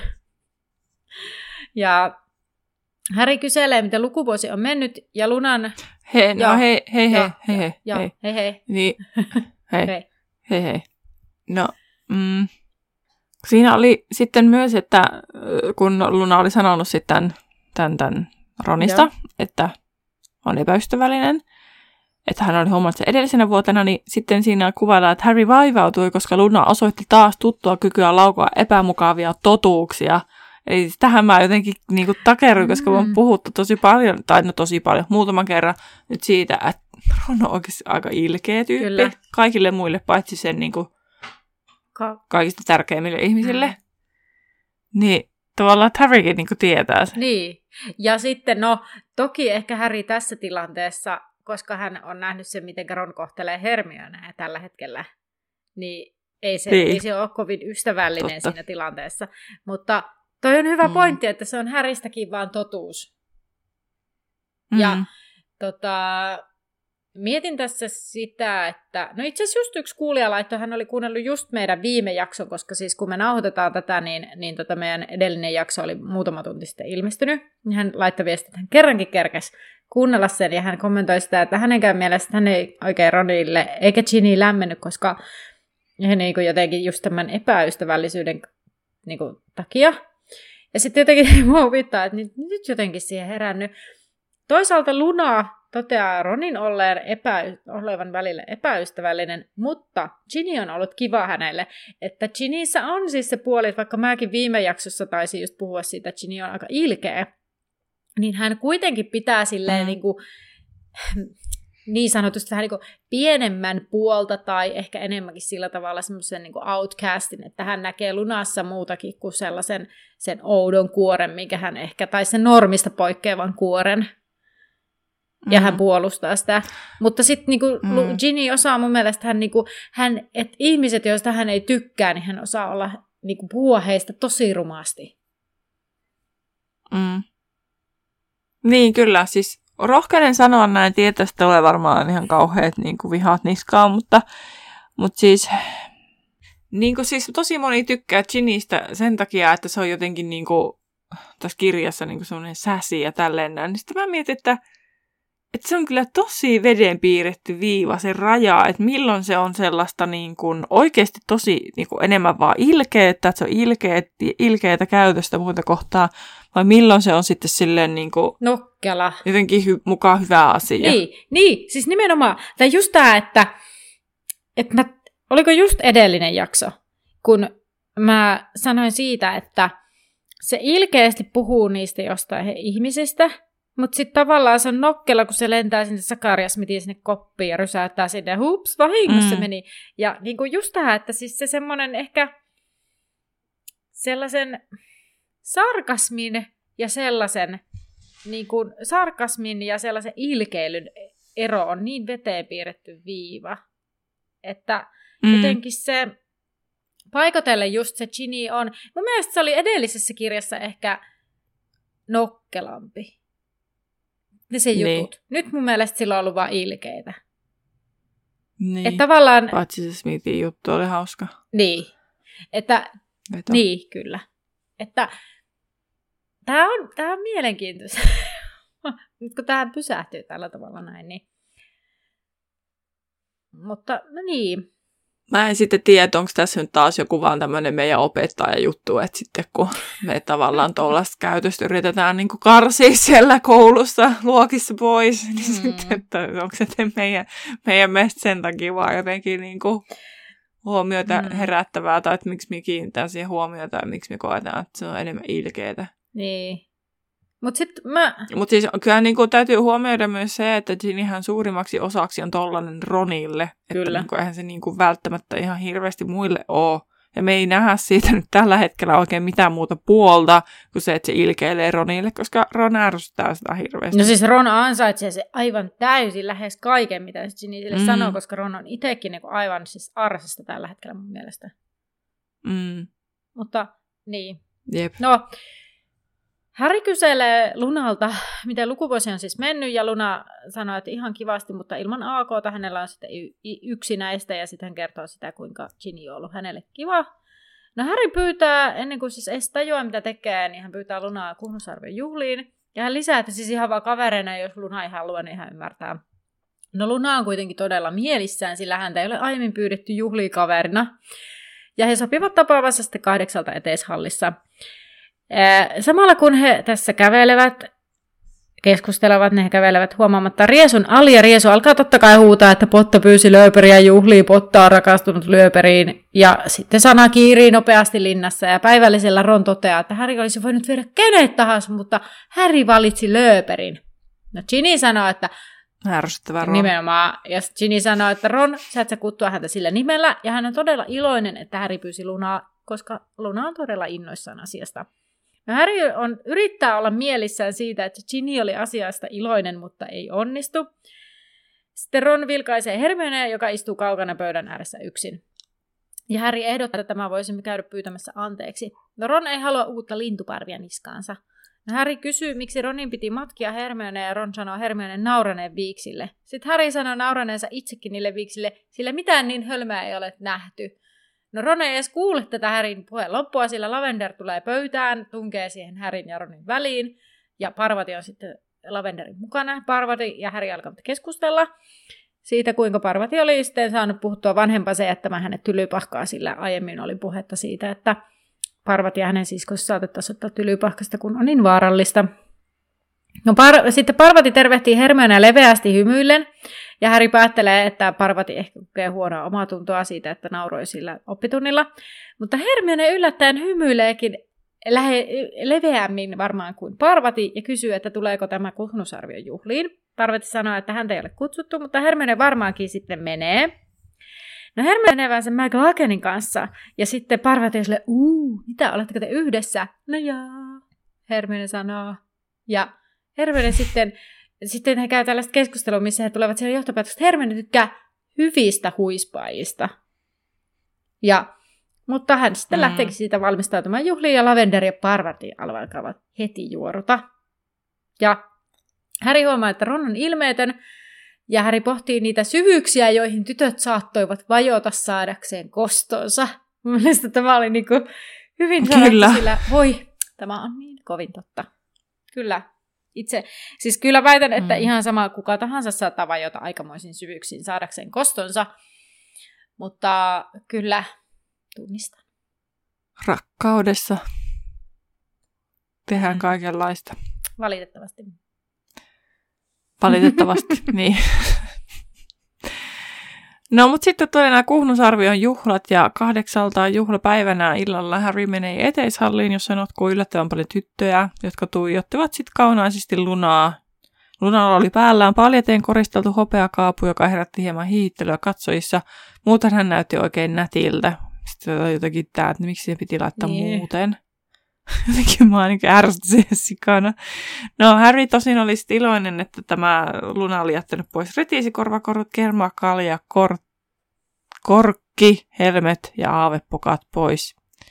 Ja Harry kyselee, mitä lukuvuosi on mennyt, ja Lunan... Hei. No, siinä oli sitten myös, että kun Luna oli sanonut sitten tämän Ronista, että on epäystävällinen, että hän oli hommannut sen edellisenä vuotena, niin sitten siinä kuvaillaan, että Harry vaivautui, koska Luna osoitti taas tuttua kykyä laukoa epämukavia totuuksia. Eli tähän mä jotenkin niin kuin takerruin, koska mä oon puhuttu tosi paljon, muutaman kerran nyt siitä, että Ron on oikeasti aika ilkeä tyyppi. Kyllä. Kaikille muille, paitsi sen niin kuin kaikista tärkeimmille ihmisille. Niin tavallaan, että Harrykin niin kuin tietää sen. Niin. Ja sitten, no toki ehkä Harry tässä tilanteessa, koska hän on nähnyt sen, miten Ron kohtelee Hermionea tällä hetkellä, niin ei se ole kovin ystävällinen siinä tilanteessa. Mutta toi on hyvä pointti, että se on Harrystäkin vaan totuus. Ja mietin tässä sitä, että... No itse asiassa just yksi kuulija laittoi, hän oli kuunnellut just meidän viime jakson, koska siis kun me nauhoitetaan tätä, niin meidän edellinen jakso oli muutama tunti sitten ilmestynyt. Hän laittoi viestiä, että hän kerrankin kerkesi kuunnella sen, ja hän kommentoi sitä, että hänenkään mielestä hän ei oikein Ronille eikä Ginny lämmennyt, koska he niin kuin jotenkin just tämän epäystävällisyyden niin kuin takia. Ja sitten jotenkin mua huvittaa, että nyt jotenkin siihen herännyt. Toisaalta Luna toteaa Ronin olevan välillä epäystävällinen, mutta Ginny on ollut kiva hänelle. Että Ginnyssä on siis se puoli, että vaikka mäkin viime jaksossa taisin just puhua siitä, että Ginny on aika ilkeä, niin hän kuitenkin pitää silleen niin sanotusti vähän niin kuin pienemmän puolta tai ehkä enemmänkin sillä tavalla semmoisen niin kuin outcastin, että hän näkee Lunassa muutakin kuin sellaisen sen oudon kuoren, mikä hän ehkä, tai sen normista poikkeavan kuoren. Ja hän puolustaa sitä. Mutta sitten niinku Ginny osaa mun mielestä, että ihmiset, joista hän ei tykkää, niin hän osaa olla, niinku, puhua heistä tosi rumasti. Niin, kyllä. Siis rohkeinen sanoa näin, tietää, että tulee varmaan ihan kauheat niinku vihaat niskaan, mutta siis, niinku, siis tosi moni tykkää Ginnystä sen takia, että se on jotenkin niinku, tässä kirjassa niinku semmoinen säsi ja tälleen näin. Niin sitten mä mietin, että se on kyllä tosi veden piirretty viiva, se raja, että milloin se on sellaista niin kuin oikeasti tosi niin kuin enemmän vaan ilkeätä, että se on ilkeätä käytöstä muuta kohtaa, vai milloin se on sitten silleen niin kuin nokkela. Jotenkin mukaan hyvä asia. Niin, siis nimenomaan. Tai just tämä, että oliko just edellinen jakso, kun mä sanoin siitä, että se ilkeästi puhuu niistä jostain ihmisistä, mutta sitten tavallaan se on nokkela, kun se lentää sinne Zacharias Smithiin sinne koppiin ja rysäyttää sinne, ja hups, vahingossa se meni. Ja niin kuin just tämä, että siis se semmoinen ehkä sellaisen sarkasmin ja sellaisen niin kuin sarkasmin ja sellaisen ilkeilyn ero on niin veteen piirretty viiva, että jotenkin se paikotellen just se Ginny on. Mun mielestä se oli edellisessä kirjassa ehkä nokkelampi. Ne se jutut. Nyt mun mielestä sillä on ollut vaan ilkeitä. Niin. Että tavallaan... Paitsi se Smithin juttu oli hauska. Niin. Että... Veto. Niin, kyllä. Että... Tää on mielenkiintoista. Nyt kun tähän pysähtyy tällä tavalla näin, niin... Mutta, no niin. Mä en sitten tiedä, onko tässä nyt taas joku vaan tämmöinen meidän opettajajuttu, että sitten kun me tavallaan tuollaista käytöstä yritetään niin kuin karsia siellä koulussa, luokissa pois, niin sitten, että onko se meidän mielestä sen takia vaan jotenkin niin kuin huomiota herättävää, tai että miksi me kiinnitetään siihen huomiota ja miksi me koetaan, että se on enemmän ilkeitä. Niin. Mutta siis kyllä niin kuin täytyy huomioida myös se, että Ginnyhän suurimmaksi osaksi on tollainen Ronille. Kyllä. Että niin kuin, eihän se niin kuin välttämättä ihan hirveästi muille ole. Ja me ei nähdä siitä nyt tällä hetkellä oikein mitään muuta puolta kuin se, että se ilkeilee Ronille, koska Ron ärsyttää sitä hirveästi. No siis Ron ansaitsee se aivan täysin lähes kaiken, mitä Ginny sille sanoo, koska Ron on itsekin niin kuin aivan siis arsasta tällä hetkellä mun mielestä. Mutta niin. Jep. No... Harry kyselee Lunalta, miten lukuvuosi on siis mennyt, ja Luna sanoo, että ihan kivasti, mutta ilman AK:ta hänellä on sitten yksi näistä, ja sitten hän kertoo sitä, kuinka Ginny on ollut hänelle kiva. No Harry pyytää, ennen kuin siis edes tajuaa, mitä tekee, niin hän pyytää Lunaa Kuhnusarven juhliin, ja hän lisää, että siis ihan vaan kavereina, jos Luna ei halua, niin hän ymmärtää. No Luna on kuitenkin todella mielissään, sillä häntä ei ole aiemmin pyydetty juhliin kaverina, ja he sopivat tapaavassa sitten 8 eteishallissa. Samalla kun he tässä keskustelevat, ne he kävelevät huomaamatta Riesun ali, ja Riesu alkaa totta kai huutaa, että Potta pyysi Lööperiä juhliin, Potta on rakastunut Lööperiin, ja sitten sana kiirii nopeasti linnassa, ja päivällisellä Ron toteaa, että Harry olisi voinut viedä kenet tahansa, mutta Harry valitsi Lööperin. No Ginny sanoo, että ärsyttävä Ron. Nimenomaan, ja Ginny sanoo, että Ron, sä et sä kuttua häntä sillä nimellä, ja hän on todella iloinen, että Harry pyysi Lunaa, koska Luna on todella innoissaan asiasta. No Harry yrittää olla mielissään siitä, että Ginny oli asiasta iloinen, mutta ei onnistu. Sitten Ron vilkaisee Hermionea, joka istuu kaukana pöydän ääressä yksin. Ja Harry ehdottaa, että tämä voisimme käydä pyytämässä anteeksi. No Ron ei halua uutta lintuparvia niskaansa. No Harry kysyy, miksi Ronin piti matkia Hermionea, ja Ron sanoo Hermioneen nauraneen viiksille. Sitten Harry sanoo nauraneensa itsekin niille viiksille, sillä mitään niin hölmää ei ole nähty. No Ron ei edes kuule tätä Harryn puheen loppua, sillä Lavender tulee pöytään, tunkee siihen Harryn ja Ronin väliin, ja Parvati on sitten Lavenderin mukana. Parvati ja Harry alkavat keskustella siitä, kuinka Parvati oli sitten saanut puhuttua vanhempansa jättämään hänet Tylypahkaa, sillä aiemmin oli puhetta siitä, että Parvati ja hänen siskonsa saatettaisiin ottaa Tylypahkasta, kun on niin vaarallista. No sitten Parvati tervehtii Hermionea leveästi hymyillen, ja Harry päättelee, että Parvati ehkä kokee huonoa omatuntoa siitä, että nauroi sillä oppitunnilla. Mutta Hermione yllättäen hymyileekin leveämmin varmaan kuin Parvati, ja kysyy, että tuleeko tämä Kuhnusarvion juhliin. Parvati sanoo, että häntä ei ole kutsuttu, mutta Hermione varmaankin sitten menee. No Hermione menee vaan sen McLaughlinin kanssa, ja sitten Parvati on silleen, mitä, oletteko te yhdessä? No jaa, Hermione sanoo. Ja Hermione sitten he käy tällaista keskustelua, missä he tulevat siihen johtopäätökseen, että Hermione tykkää hyvistä huispaajista. Mutta hän sitten lähteekin siitä valmistautumaan juhliin, ja Lavender ja Parvati alkavat heti juoruta. Ja Harry huomaa, että Ron on ilmeetön, ja Harry pohtii niitä syvyyksiä, joihin tytöt saattoivat vajota saadakseen kostonsa. Mielestäni tämä oli niin kuin hyvin sanottu, sillä tämä on niin kovin totta. Kyllä. Siis kyllä väitän, että ihan sama kuka tahansa saattaa vajota aikamoisiin syvyyksiin saadakseen kostonsa, mutta kyllä tunnistan. Rakkaudessa tehdään kaikenlaista. Valitettavasti. Valitettavasti, niin. No, mutta sitten tuli nämä Kuhnusarvion juhlat, ja 8 juhlapäivänä illalla Harry menee eteishalliin, jossa notkuu yllättävän paljon tyttöjä, jotka tuijottivat sitten kaunaisesti Lunaa. Lunalla oli päällään paljateen koristeltu hopeakaapu, joka herätti hieman hiittelyä katsojissa. Muuten hän näytti oikein nätiltä. Sitten jotakin että miksi se piti laittaa muuten. Jotenkin mä niin ärsytti siihen sikana. No Harry tosin oli iloinen, että tämä Luna oli jättänyt pois retiisikorvakorut, kermakalja, korkki, helmet ja aavepokat pois.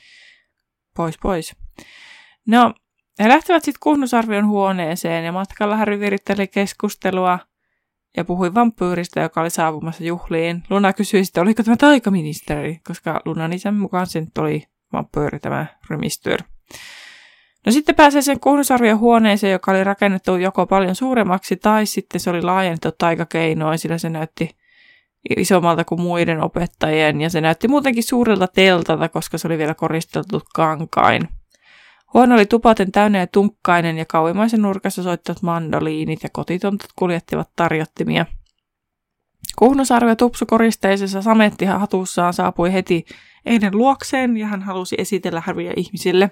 Pois. No, he lähtevät sitten Kuhnusarvion huoneeseen ja matkalla Harry viritteli keskustelua ja puhui vampyyristä, joka oli saapumassa juhliin. Luna kysyi sitten, oliko tämä taikaministeri, koska Lunan isän mukaan se nyt oli vampyyri, tämä Rymistyr. No sitten pääsee sen Kuhnusarvion huoneeseen, joka oli rakennettu joko paljon suuremmaksi tai sitten se oli laajennettu taikakeinoin, sillä se näytti isommalta kuin muiden opettajien ja se näytti muutenkin suurelta teltalta, koska se oli vielä koristeltu kankain. Huone oli tupaten täynnä ja tunkkainen ja kauimmaisen nurkassa soittavat mandoliinit ja kotitontat kuljettivat tarjottimia. Kuhnusarvio tupsukoristeisessa samettihatussaan saapui heti Eiden luokseen ja hän halusi esitellä Harryä ihmisille.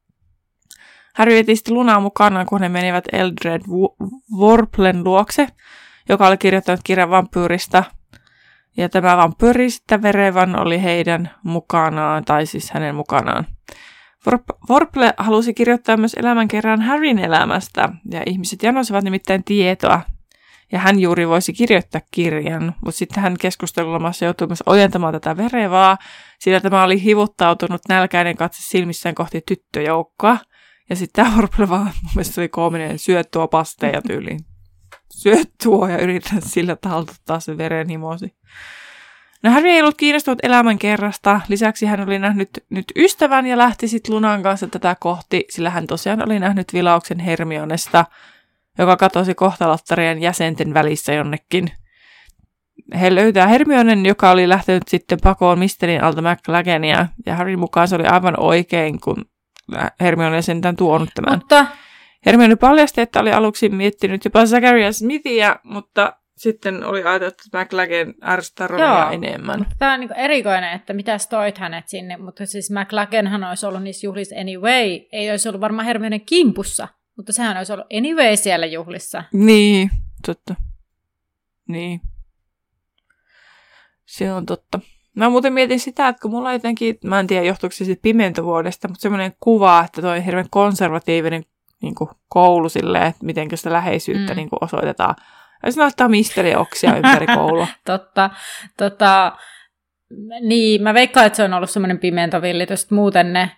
Harry veti sitten Lunaa mukanaan, kun he menivät Eldred Worplen luokse, joka oli kirjoittanut kirjan vampyyristä. Ja tämä vampyyri sitten Verevan oli heidän mukanaan, tai siis hänen mukanaan. Worple halusi kirjoittaa myös elämänkerran Harryn elämästä, ja ihmiset janosivat nimittäin tietoa. Ja hän juuri voisi kirjoittaa kirjan, mutta sitten hän keskustelulamassa joutui myös ojentamaan tätä Verevaa, sillä tämä oli hivuttautunut nälkäinen katse silmissään kohti tyttöjoukkoa. Ja sitten tämä Worple vaan mun mielestä oli koominen, syö tuo pasteja tyyliin. Syö tuo ja yritän sillä taltuttaa se verenhimosi. No Harry ei ollut kiinnostunut elämänkerrasta. Lisäksi hän oli nähnyt nyt ystävän ja lähti sitten Lunan kanssa tätä kohti, sillä hän tosiaan oli nähnyt vilauksen Hermionesta, joka katosi kohtalottarien jäsenten välissä jonnekin. He löytää Hermionen, joka oli lähtenyt sitten pakoon Misterin alta McLagenia, ja Harryn mukaan se oli aivan oikein, kun Hermione oli sentään tuonut tämän. Mutta Hermione paljasti, että oli aluksi miettinyt jopa Zachariah Smithia, mutta sitten oli ajateltu, että McLaggen ärsyttää Ronia enemmän. Tämä on niin erikoinen, että mitä toit hänet sinne, mutta siis McLaggenhan olisi ollut niissä juhlissa anyway. Ei olisi ollut varmaan Hermionen kimpussa, mutta sehän olisi ollut anyway siellä juhlissa. Niin, totta. Niin. Se on totta. Mä muuten mietin sitä, että kun mulla on jotenkin, mä en tiedä johtuuko se sitten pimentovuodesta, mutta semmoinen kuva, että toi on hirveän konservatiivinen niin kuin koulu silleen, että miten sitä läheisyyttä niin kuin osoitetaan. Ja se näyttää misterioksia ympäri koulua. Totta. Niin, mä veikkaan, että se on ollut semmoinen pimentovillitys, muuten ne.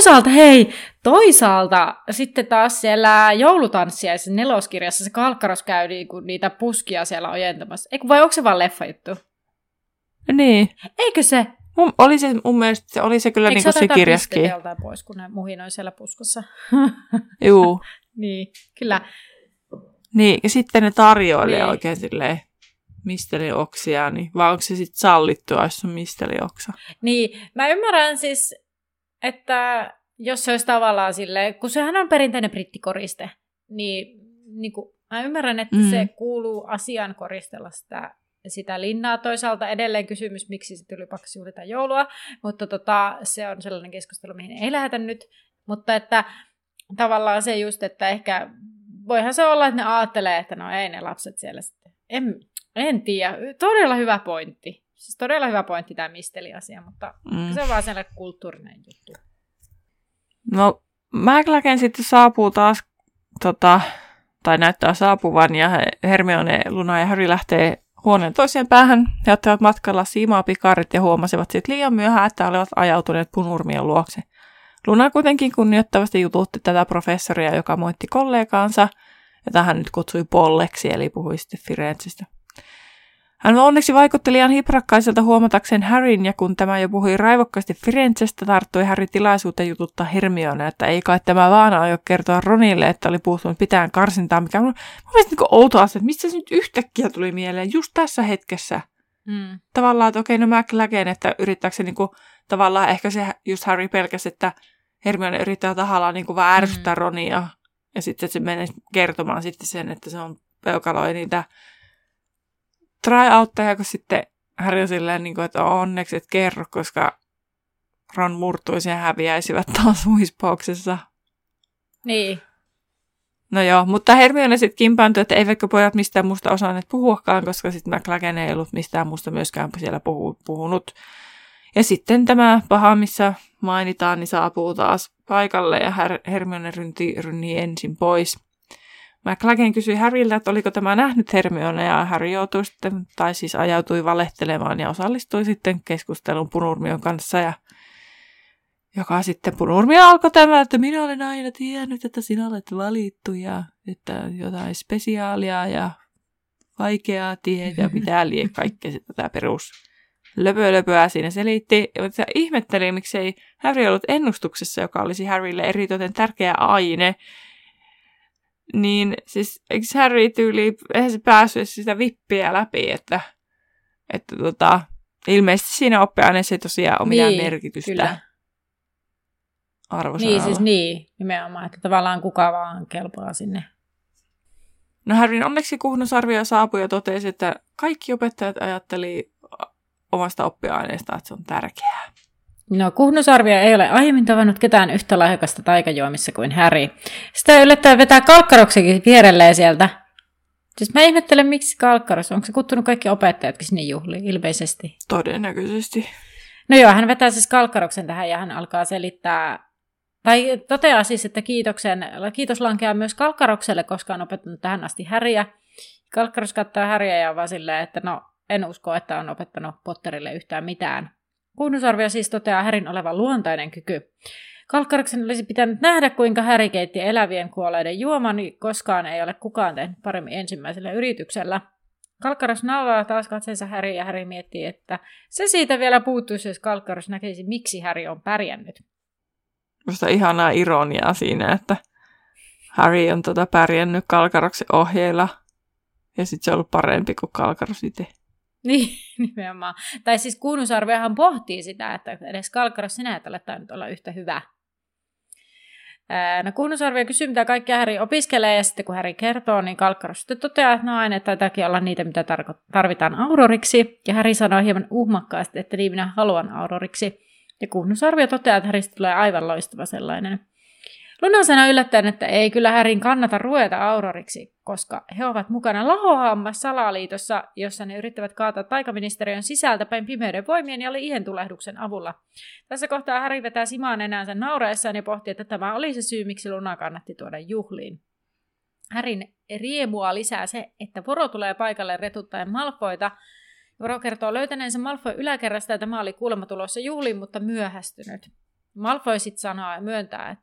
Toisaalta sitten taas siellä joulutanssiaisessa 4. se Kalkkaros käy niitä puskia siellä ojentamassa. Vai onko se vaan leffajuttu? Niin. Eikö se? Oli se mun mielestä, se oli se kyllä niin kuin se kirjaskin. Eikö se oteta pois, kun ne muhinoi siellä puskossa? Juu. Niin, kyllä. Niin, ja sitten ne tarjoilee oikein silleen mistelioksia, niin vai onko se sitten sallittua, jos on mistelioksa? Niin, mä ymmärrän siis, että jos se olisi tavallaan silleen, kun sehän on perinteinen brittikoriste, niin kun, mä ymmärrän, että se kuuluu asian koristella sitä linnaa. Toisaalta edelleen kysymys, miksi se tuli pakko juhlita joulua, mutta se on sellainen keskustelu, mihin ei lähdetä nyt. Mutta että tavallaan se just, että ehkä voihan se olla, että ne ajattelee, että no ei ne lapset siellä sitten. En tiedä. Todella hyvä pointti. Siis todella hyvä pointti tämä misteli-asia, mutta se on vaan sellainen kulttuurinen juttu. No, McLaggen sitten saapuu taas, tai näyttää saapuvan, ja Hermione, Luna ja Harry lähtee huoneen toiseen päähän. He ottavat matkalla siimaa pikarit ja huomasivat sitten liian myöhään, että olivat ajautuneet Punurmion luokse. Luna kuitenkin kunnioittavasti jututti tätä professoria, joka moitti kollegaansa, jota hän nyt kutsui Polleksi, eli puhui sitten Firenzestä. Hän onneksi vaikutti liian hiprakkaiselta huomatakseen Harryn, ja kun tämä jo puhui raivokkaasti Firenzestä, tarttui Harry tilaisuuteen jututtaa Hermione, että ei kai tämä vaan aio kertoa Ronille, että oli puuttunut pitään karsintaa, mikä on mielestäni niin outo asia, että mistä se nyt yhtäkkiä tuli mieleen just tässä hetkessä. Tavallaan, että okei, no McLaggen, että yrittääkö se niin kuin, tavallaan ehkä se just Harry pelkäsi, että Hermione yrittää tahallaan niin kuin vaan ärsyttää Ronia, ja sitten se menee kertomaan sitten sen, että se on peukaloi niitä try-outteja, kun sitten Harry on silleen, niin kuin, että onneksi et kerro, koska Ron murtuisi ja häviäisivät taas huispauksessa. Niin. No joo, mutta Hermione sitten kimpaantui, että eivätkö pojat mistään muusta osanneet puhuakaan, koska sitten McLaggen ei ollut mistään muusta myöskään siellä puhunut. Ja sitten tämä paha, missä mainitaan, niin saapuu taas paikalle ja Hermione rynnii ensin pois. McLaggen kysyi Harryltä, että oliko tämä nähnyt Hermione, ja Harry joutui sitten, tai siis ajautui valehtelemaan ja osallistui sitten keskustelun Punurmion kanssa. Ja joka sitten Punurmio alkoi tämä, että minä olen aina tiennyt, että sinä olet valittu ja että jotain spesiaalia ja vaikeaa tietä ja mitä lie kaikkea tätä perus löpöä siinä selitti. Ja ihmetteli, miksei Harry ollut ennustuksessa, joka olisi Harrylle eritoten tärkeä aine. Niin siis eikö Harry tyyli, eihän se päässyt sitä vippiä läpi, että ilmeisesti siinä oppiaineessa ei tosiaan ole mitään merkitystä. Kyllä. Arvosanalla. Niin, siis niin, nimenomaan, että tavallaan kuka vaan kelpaa sinne. No Harryn onneksi Kuhnusarvio saapui ja totesi, että kaikki opettajat ajatteli omasta oppiaineesta, että se on tärkeää. No, Kuhnusarvio ei ole aiemmin tavannut ketään yhtä lahjakasta taikajuomissa kuin Harry. Sitä yllättäen vetää Kalkkaroksenkin vierelleen sieltä. Siis mä ihmettelen, miksi Kalkkaros, onko se kuttunut kaikki opettajatkin sinne juhliin, ilmeisesti? Todennäköisesti. No joo, hän vetää siis Kalkkaroksen tähän ja hän alkaa selittää, tai toteaa siis, että kiitos lankeaa myös Kalkkarokselle, koska on opettanut tähän asti Harryä. Kalkkaros katsoo Harryä ja on vaan silleen, että no, en usko, että on opettanut Potterille yhtään mitään. Kuhnusarvio siis toteaa Harryn olevan luontainen kyky. Kalkkaroksen olisi pitänyt nähdä, kuinka Harry keitti elävien kuolleiden juoman, niin koskaan ei ole kukaan tehnyt paremmin ensimmäisellä yrityksellä. Kalkkaros naulaa taas katseensa Harry ja Harry miettii, että se siitä vielä puuttuisi, jos Kalkkaros näkisi, miksi Harry on pärjännyt. Musta ihanaa ironiaa siinä, että Harry on pärjännyt Kalkkaroksen ohjeilla ja sitten se on ollut parempi kuin Kalkkaros itse. Niin, nimenomaan. Tai siis Kuhnusarviohan pohtii sitä, että edes Kalkkaros sinä et ole tainnut olla yhtä hyvä. No Kuhnusarvio kysyy, mitä kaikkea Harry opiskelee, ja sitten kun Harry kertoo, niin Kalkkaros sitten toteaa, että no aineet taitakin olla niitä, mitä tarvitaan auroriksi. Ja Harry sanoo hieman uhmakkaasti, että niin minä haluan auroriksi. Ja Kuhnusarvio toteaa, että Harrystä tulee aivan loistava sellainen. Luna sanoo yllättäen, että ei kyllä Harryn kannata ruveta auroriksi, koska he ovat mukana Lahohammas-salaliitossa, jossa ne yrittävät kaataa taikaministeriön sisältäpäin pimeyden voimien ja ihentulehduksen avulla. Tässä kohtaa Harry vetää simaan enäänsä nauraessaan ja pohtii, että tämä oli se syy, miksi Luna kannatti tuoda juhliin. Harryn riemua lisää se, että Voro tulee paikalle retuttaen Malfoyta. Voro kertoo löytäneensä Malfoy yläkerrasta, ja tämä oli kuulemma tulossa juhliin, mutta myöhästynyt. Malfoy sitten sanoo ja myöntää,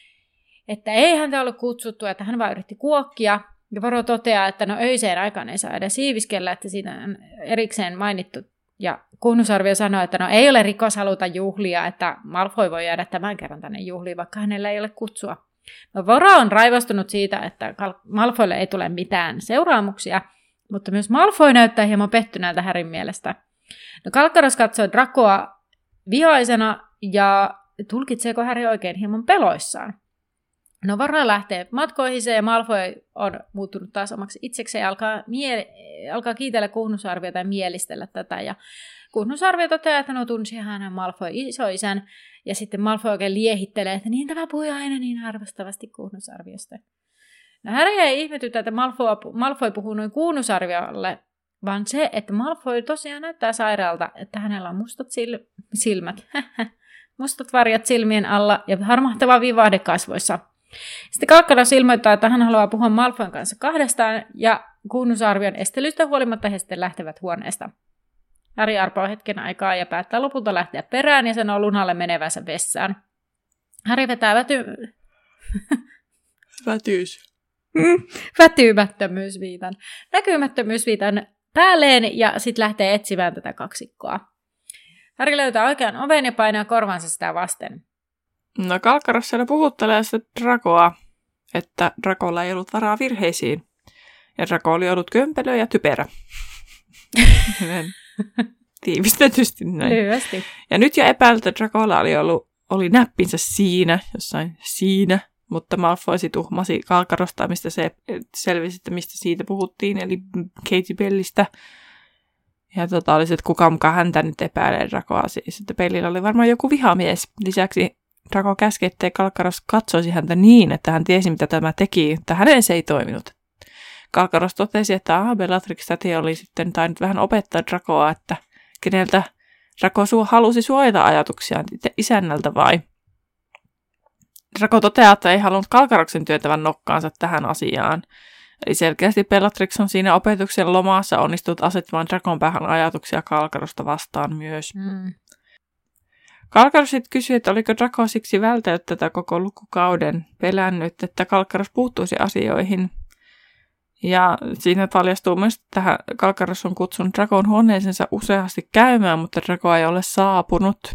että ei häntä ollut kutsuttu, että hän vaan yritti kuokkia. Ja Voro toteaa, että no öiseen aikaan ei saa edes siiviskellä, että siitä on erikseen mainittu. Ja Kuhnusarvio sanoo, että no ei ole rikos haluta juhlia, että Malfoy voi jäädä tämän kerran tänne juhliin, vaikka hänellä ei ole kutsua. No Voro on raivostunut siitä, että Malfoylle ei tule mitään seuraamuksia, mutta myös Malfoy näyttää hieman pettyneeltä Harryn mielestä. No Kalkkaros katsoo Dracoa vihaisena ja tulkitseeko Harry oikein hieman peloissaan. No Voro lähtee matkoihinsa ja Malfoy on muuttunut taas omaksi itsekseen ja alkaa kiitellä Kuhnusarviota ja mielistellä tätä. Ja Kuhnusarvio toteaa, että no tunsi hänen Malfoy isoisän. Ja sitten Malfoy oikein liehittelee, että niin tämä puhui aina niin arvostavasti Kuhnusarviosta. No Harry ei ihmetytä, että Malfoy puhuu noin Kuhnusarviolle, vaan se, että Malfoy tosiaan näyttää sairaalta, että hänellä on mustat silmät, mustat varjat silmien alla ja harmahtava vivahde kasvoissa. Sitten Kalkkaros ilmoittaa, että hän haluaa puhua Malfoyn kanssa kahdestaan, ja Kuhnusarvion estelystä huolimatta he sitten lähtevät huoneesta. Harry arpoo hetken aikaa ja päättää lopulta lähteä perään ja sanoo Lunalle menevänsä vessaan. Harry vetää näkymättömyysviitan päälleen ja sitten lähtee etsimään tätä kaksikkoa. Harry löytää oikean oven ja painaa korvansa sitä vasten. No Kalkkaros siellä puhuttelee sitten Dracoa, että Dracolla ei ollut varaa virheisiin. Ja Draco oli ollut kömpelö ja typerä. Tiivistetysti näin. Lyhyesti. Ja nyt jo epäilty, että Dracolla oli näppinsä siinä, mutta Malfoy sitten uhmasi Kalkkarosta, mistä se selvisi, että mistä siitä puhuttiin, eli Katie Bellistä. Ja oli se, että kuka mukaan häntä nyt epäilee Dracoa siis, että Bellillä oli varmaan joku vihamies. Lisäksi Draco käski, ettei Kalkkaros katsoisi häntä niin, että hän tiesi, mitä tämä teki, että hänen se ei toiminut. Kalkkaros totesi, että Bellatrix täti oli sitten tainnut vähän opettaa Dracoa, että keneltä Draco halusi suojata ajatuksiaan isännältä vai? Draco toteaa, että ei halunnut Kalkaroksen työntävän nokkaansa tähän asiaan. Eli selkeästi Bellatrix on siinä opetuksen lomassa onnistunut asettamaan Dracon päähän ajatuksia Kalkarosta vastaan myös. Kalkaros sitten kysyi, että oliko Draco siksi vältellyt tätä koko lukukauden, pelännyt, että Kalkaros puuttuisi asioihin. Ja siinä paljastuu myös, että Kalkaros on kutsunut Dracon huoneeseensa useasti käymään, mutta Draco ei ole saapunut.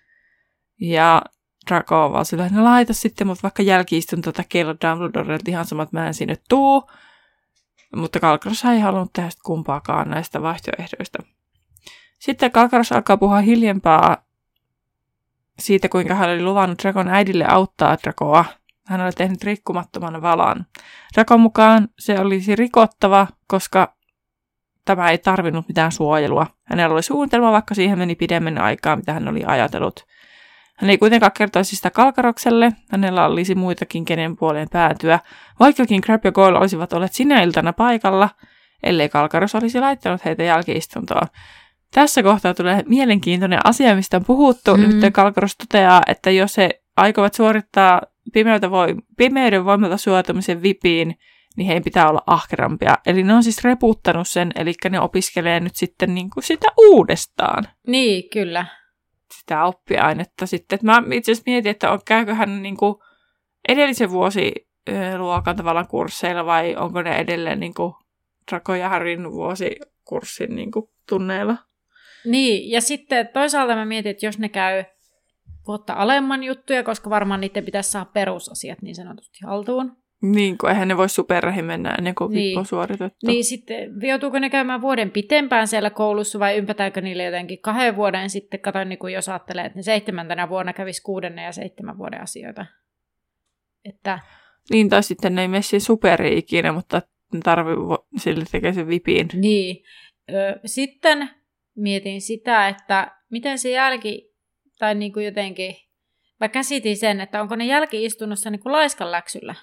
Ja Draco on vaan sillä, että laita sitten mut vaikka jälki-istuntoa kello Dumbledorelta ihan samat, mä en sinne tuu. Mutta Kalkaros ei halunnut tehdä kumpaakaan näistä vaihtoehdoista. Sitten Kalkaros alkaa puhua hiljempaa siitä, kuinka hän oli luvannut Dracon äidille auttaa Dracoa. Hän oli tehnyt rikkumattoman valan. Dracon mukaan se olisi rikottava, koska tämä ei tarvinnut mitään suojelua. Hänellä oli suunnitelma, vaikka siihen meni pidemmän aikaa, mitä hän oli ajatellut. Hän ei kuitenkaan kertoisi sitä Kalkarokselle. Hänellä olisi muitakin, kenen puoleen päätyä. Vaikkakin Crabbe ja Goyle olisivat olleet sinä iltana paikalla, ellei Kalkaros olisi laittanut heitä jälki-istuntoon. Tässä kohtaa tulee mielenkiintoinen asia, mistä on puhuttu. Nyt Kalkaros toteaa, että jos he aikovat suorittaa pimeyden voimalta suojautumisen vipiin, niin heidän pitää olla ahkerampia. Eli ne on siis reputtanut sen, eli ne opiskelee nyt sitten niin kuin sitä uudestaan. Niin, kyllä. Sitä oppiainetta sitten. Mä itse asiassa mietin, että käykö hän niin kuin edellisen vuosiluokan tavallaan kursseilla vai onko ne edelleen niin kuin Draco ja Harryn vuosikurssin niin kuin tunneilla. Niin, ja sitten toisaalta mä mietin, että jos ne käy vuotta alemman juttuja, koska varmaan niiden pitäisi saada perusasiat niin sanotusti haltuun. Niin, kun eihän ne voi superrähin mennä ennen kuin vippo on suoritettu. Niin, sitten joutuuko ne käymään vuoden pitempään siellä koulussa vai ympätäänkö niille jotenkin 2 vuoden sitten? Katoin, niin kuin jos ajattelee, että ne 7. vuonna kävisi 6. ja 7. vuoden asioita. Että... Niin, tai sitten ne ei mene siihen superiin ikinä, mutta ne tarvitsee sille tekee sen vipiin. Niin. Sitten mietin sitä, että miten se tai niin kuin jotenkin, mä käsitin sen, että onko ne jälki-istunnossa niin kuin laiskan läksyllä?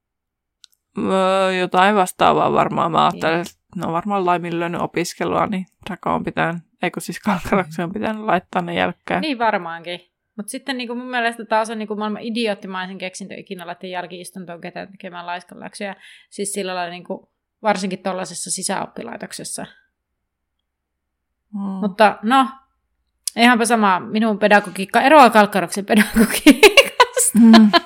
Jotain vastaavaa varmaan. Mä ajattelen, että ne on varmaan laiminlyönyt opiskelua, niin Draco on pitänyt, Kalkaroksen on pitänyt laittaa ne jälkkään. Niin varmaankin. Mutta sitten niin kuin mun mielestä taas on niin kuin maailman idioottimaisen keksintö ikinä laittaa jälki-istuntoon ketään tekemään laiskan läksyjä. Siis sillä lailla niin kuin, varsinkin tuollaisessa sisäoppilaitoksessa. Mutta no, eihanpa sama, minun pedagogiikka eroaa Kalkkaroksen pedagogiikasta.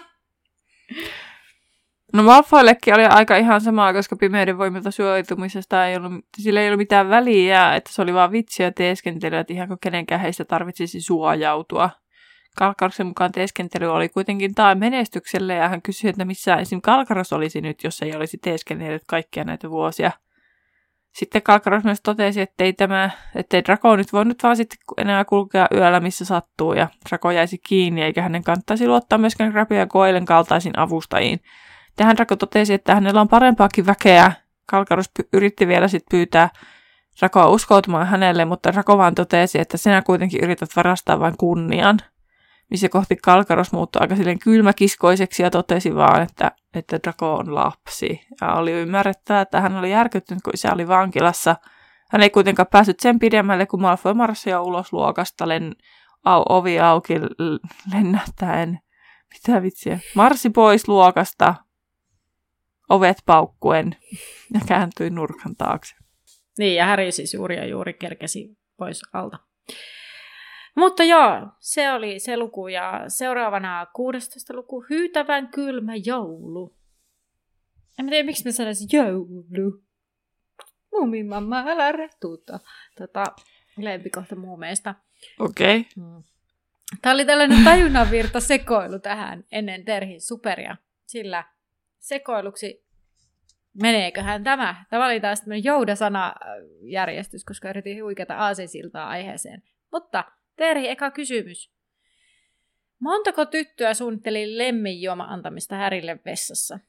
No Malfoyllekin oli aika ihan samaa, koska pimeyden voimilta suojautumisesta sillä ei ollut mitään väliä, että se oli vaan vitsiä teeskentelyä, että ihan kuin kenenkään heistä tarvitsisi suojautua. Kalkkaroksen mukaan teeskentely oli kuitenkin tae menestykselle ja hän kysyi, että missä esim. Kalkaros olisi nyt, jos ei olisi teeskennellyt kaikkia näitä vuosia. Sitten Kalkaros myös totesi, ettei Draco nyt voinut vaan sitten enää kulkea yöllä, missä sattuu, ja Draco jäisi kiinni, eikä hänen kannattaisi luottaa myöskään Crabbe ja Goylen kaltaisiin avustajiin. Tähän Draco totesi, että hänellä on parempaakin väkeä. Kalkaros yritti vielä sitten pyytää Dracoa uskoutumaan hänelle, mutta Draco vaan totesi, että sinä kuitenkin yrität varastaa vain kunnian. Missä kohti Kalkaros muuttui aika silleen kylmäkiskoiseksi ja totesi vaan, että Draco on lapsi. Ja oli ymmärrettävää, että hän oli järkyttynyt, kun isä oli vankilassa. Hän ei kuitenkaan päässyt sen pidemmälle, kun Malfoy marssi jo ulos luokasta, ovi auki lennättäen. Mitä vitsiä? Marssi pois luokasta, ovet paukkuen ja kääntyi nurkan taakse. Niin, ja Harry siis juuri kerkesi pois alta. Mutta joo, se oli se luku ja seuraavana 16 luku, Hyytävän kylmä joulu. En tiedä, miksi mä sanoisin joulu. Muumimamma, älä rehtuuta. Lempikohta muumeista. Okei. Tämä oli tällainen tajunnanvirta sekoilu tähän ennen Terhin superia. Sillä sekoiluksi meneeköhän tämä? Tämä oli taas tämmöinen Jouda-sanajärjestys, koska yritin huikeata aasinsiltaa aiheeseen. Mutta Terhi, eka kysymys. Montako tyttöä suunnitteli lemminjuoma antamista Harrylle vessassa?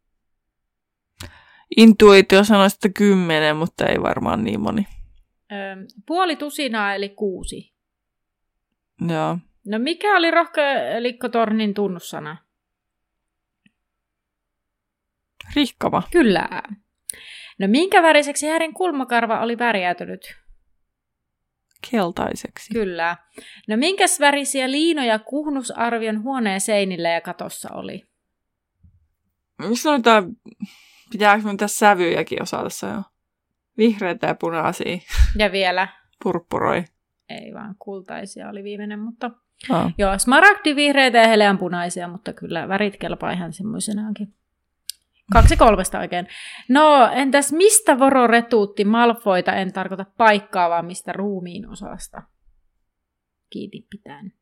Intuitio sanoisi, että 10, mutta ei varmaan niin moni. 5 eli 6. Joo. No mikä oli rohkelikkotornin tunnussana? Rihkava. Kyllä. No minkä väriseksi Harryn kulmakarva oli värjäytynyt? keltaiseksi. Kyllä. No minkäs värisiä liinoja Kuhnusarvion huoneen seinillä ja katossa oli? Sanotaan, pitääkö minun tässä sävyjäkin osata jo? Vihreitä ja punaisia. Ja vielä? Purppuroi. Ei vaan, kultaisia oli viimeinen, mutta... Joo, smaragdivihreitä ja heleänpunaisia, mutta kyllä värit kelpaa ihan semmoisenaankin. 2-3 oikein. No, entäs mistä Voro retuutti Malfoyta? En tarkoita paikkaa, vaan mistä ruumiin osasta. Kiinni pitäen.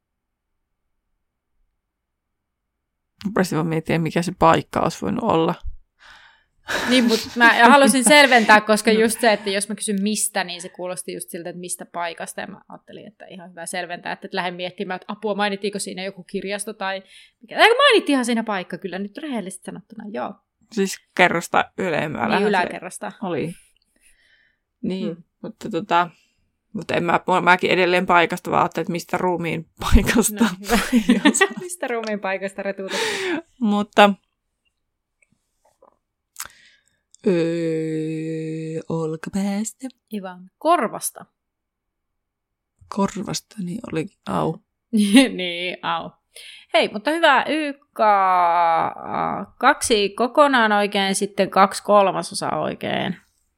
Rupesin vaan miettiä, mikä se paikka olisi voinut olla. Niin, mutta mä halusin selventää, koska just se, että jos mä kysyn mistä, niin se kuulosti just siltä, että mistä paikasta. Ja mä ajattelin, että ihan hyvä selventää, että lähden miettimään, että apua, mainittiinko siinä joku kirjasto tai... Mainittiin ihan siinä paikka, kyllä nyt rehellisesti sanottuna, joo. Siis kerrosta ylemmällä. Niin, yläkerrosta. Oli. Niin, mutta mäkin edelleen paikasta vaan ajattelin, että mistä ruumiin paikasta. No, mistä ruumiin paikasta retuutettu. Mutta... olkapäästä. Ivan korvasta. Korvasta, niin oli au. Niin, au. Hei, mutta hyvä YK. 2 kokonaan oikein, sitten 2/3 oikein.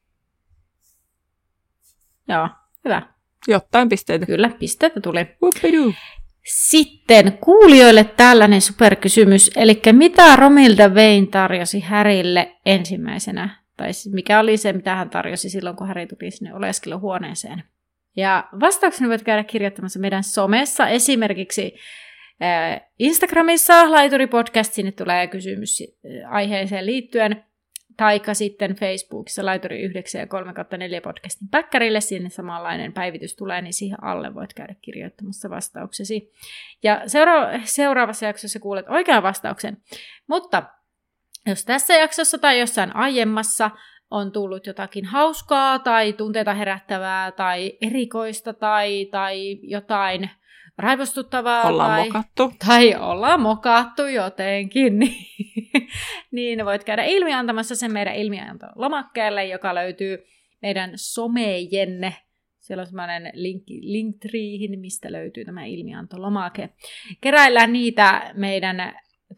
Joo, hyvä. Jotain pisteitä. Kyllä, pisteitä tuli. Whoopidoo. Sitten kuulijoille tällainen superkysymys. Eli mitä Romilda Vane tarjosi Harrylle ensimmäisenä? Tai mikä oli se, mitä hän tarjosi silloin, kun Harry tuli sinne oleskeluhuoneeseen? Ja vastauksena voit käydä kirjoittamassa meidän somessa. Esimerkiksi Instagramissa Laituri-podcast, sinne tulee kysymys aiheeseen liittyen. Taikka sitten Facebookissa Laituri 9 ja 3/4 podcastin päkkärille, sinne samanlainen päivitys tulee, niin siihen alle voit käydä kirjoittamassa vastauksesi. Ja seuraavassa jaksossa kuulet oikean vastauksen. Mutta jos tässä jaksossa tai jossain aiemmassa on tullut jotakin hauskaa tai tunteita herättävää tai erikoista tai jotain raivostuttavaa tai ollaan mokattu jotenkin, niin voit käydä ilmiantamassa sen meidän ilmiantolomakkeelle, joka löytyy meidän somejenne. Siellä on semmoinen linktreehin, mistä löytyy tämä ilmiantolomake. Keräillään niitä meidän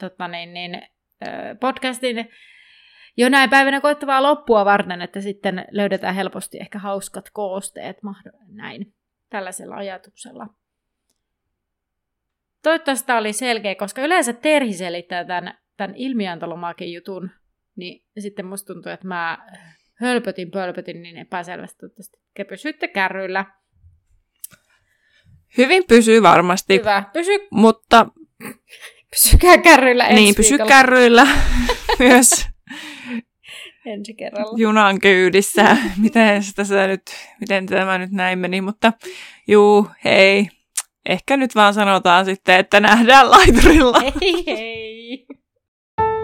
podcastin jonain päivänä koittavaa loppua varten, että sitten löydetään helposti ehkä hauskat koosteet näin tällaisella ajatuksella. Toivottavasti tämä oli selkeä, koska yleensä Terhi selittää tämän ilmiantolomake-jutun, niin sitten musta tuntuu, että mä pölpötin niin epäselvästi. Toivottavasti pysyitte kärryillä. Hyvin pysyy varmasti. Hyvä, mutta... Pysykää kärryillä ensi niin, pysy kärryillä myös ensi kerralla. Junan kyydissä. Miten tämä nyt näin meni, mutta juu, hei. Ehkä nyt vaan sanotaan sitten, että nähdään laiturilla. Hei hei!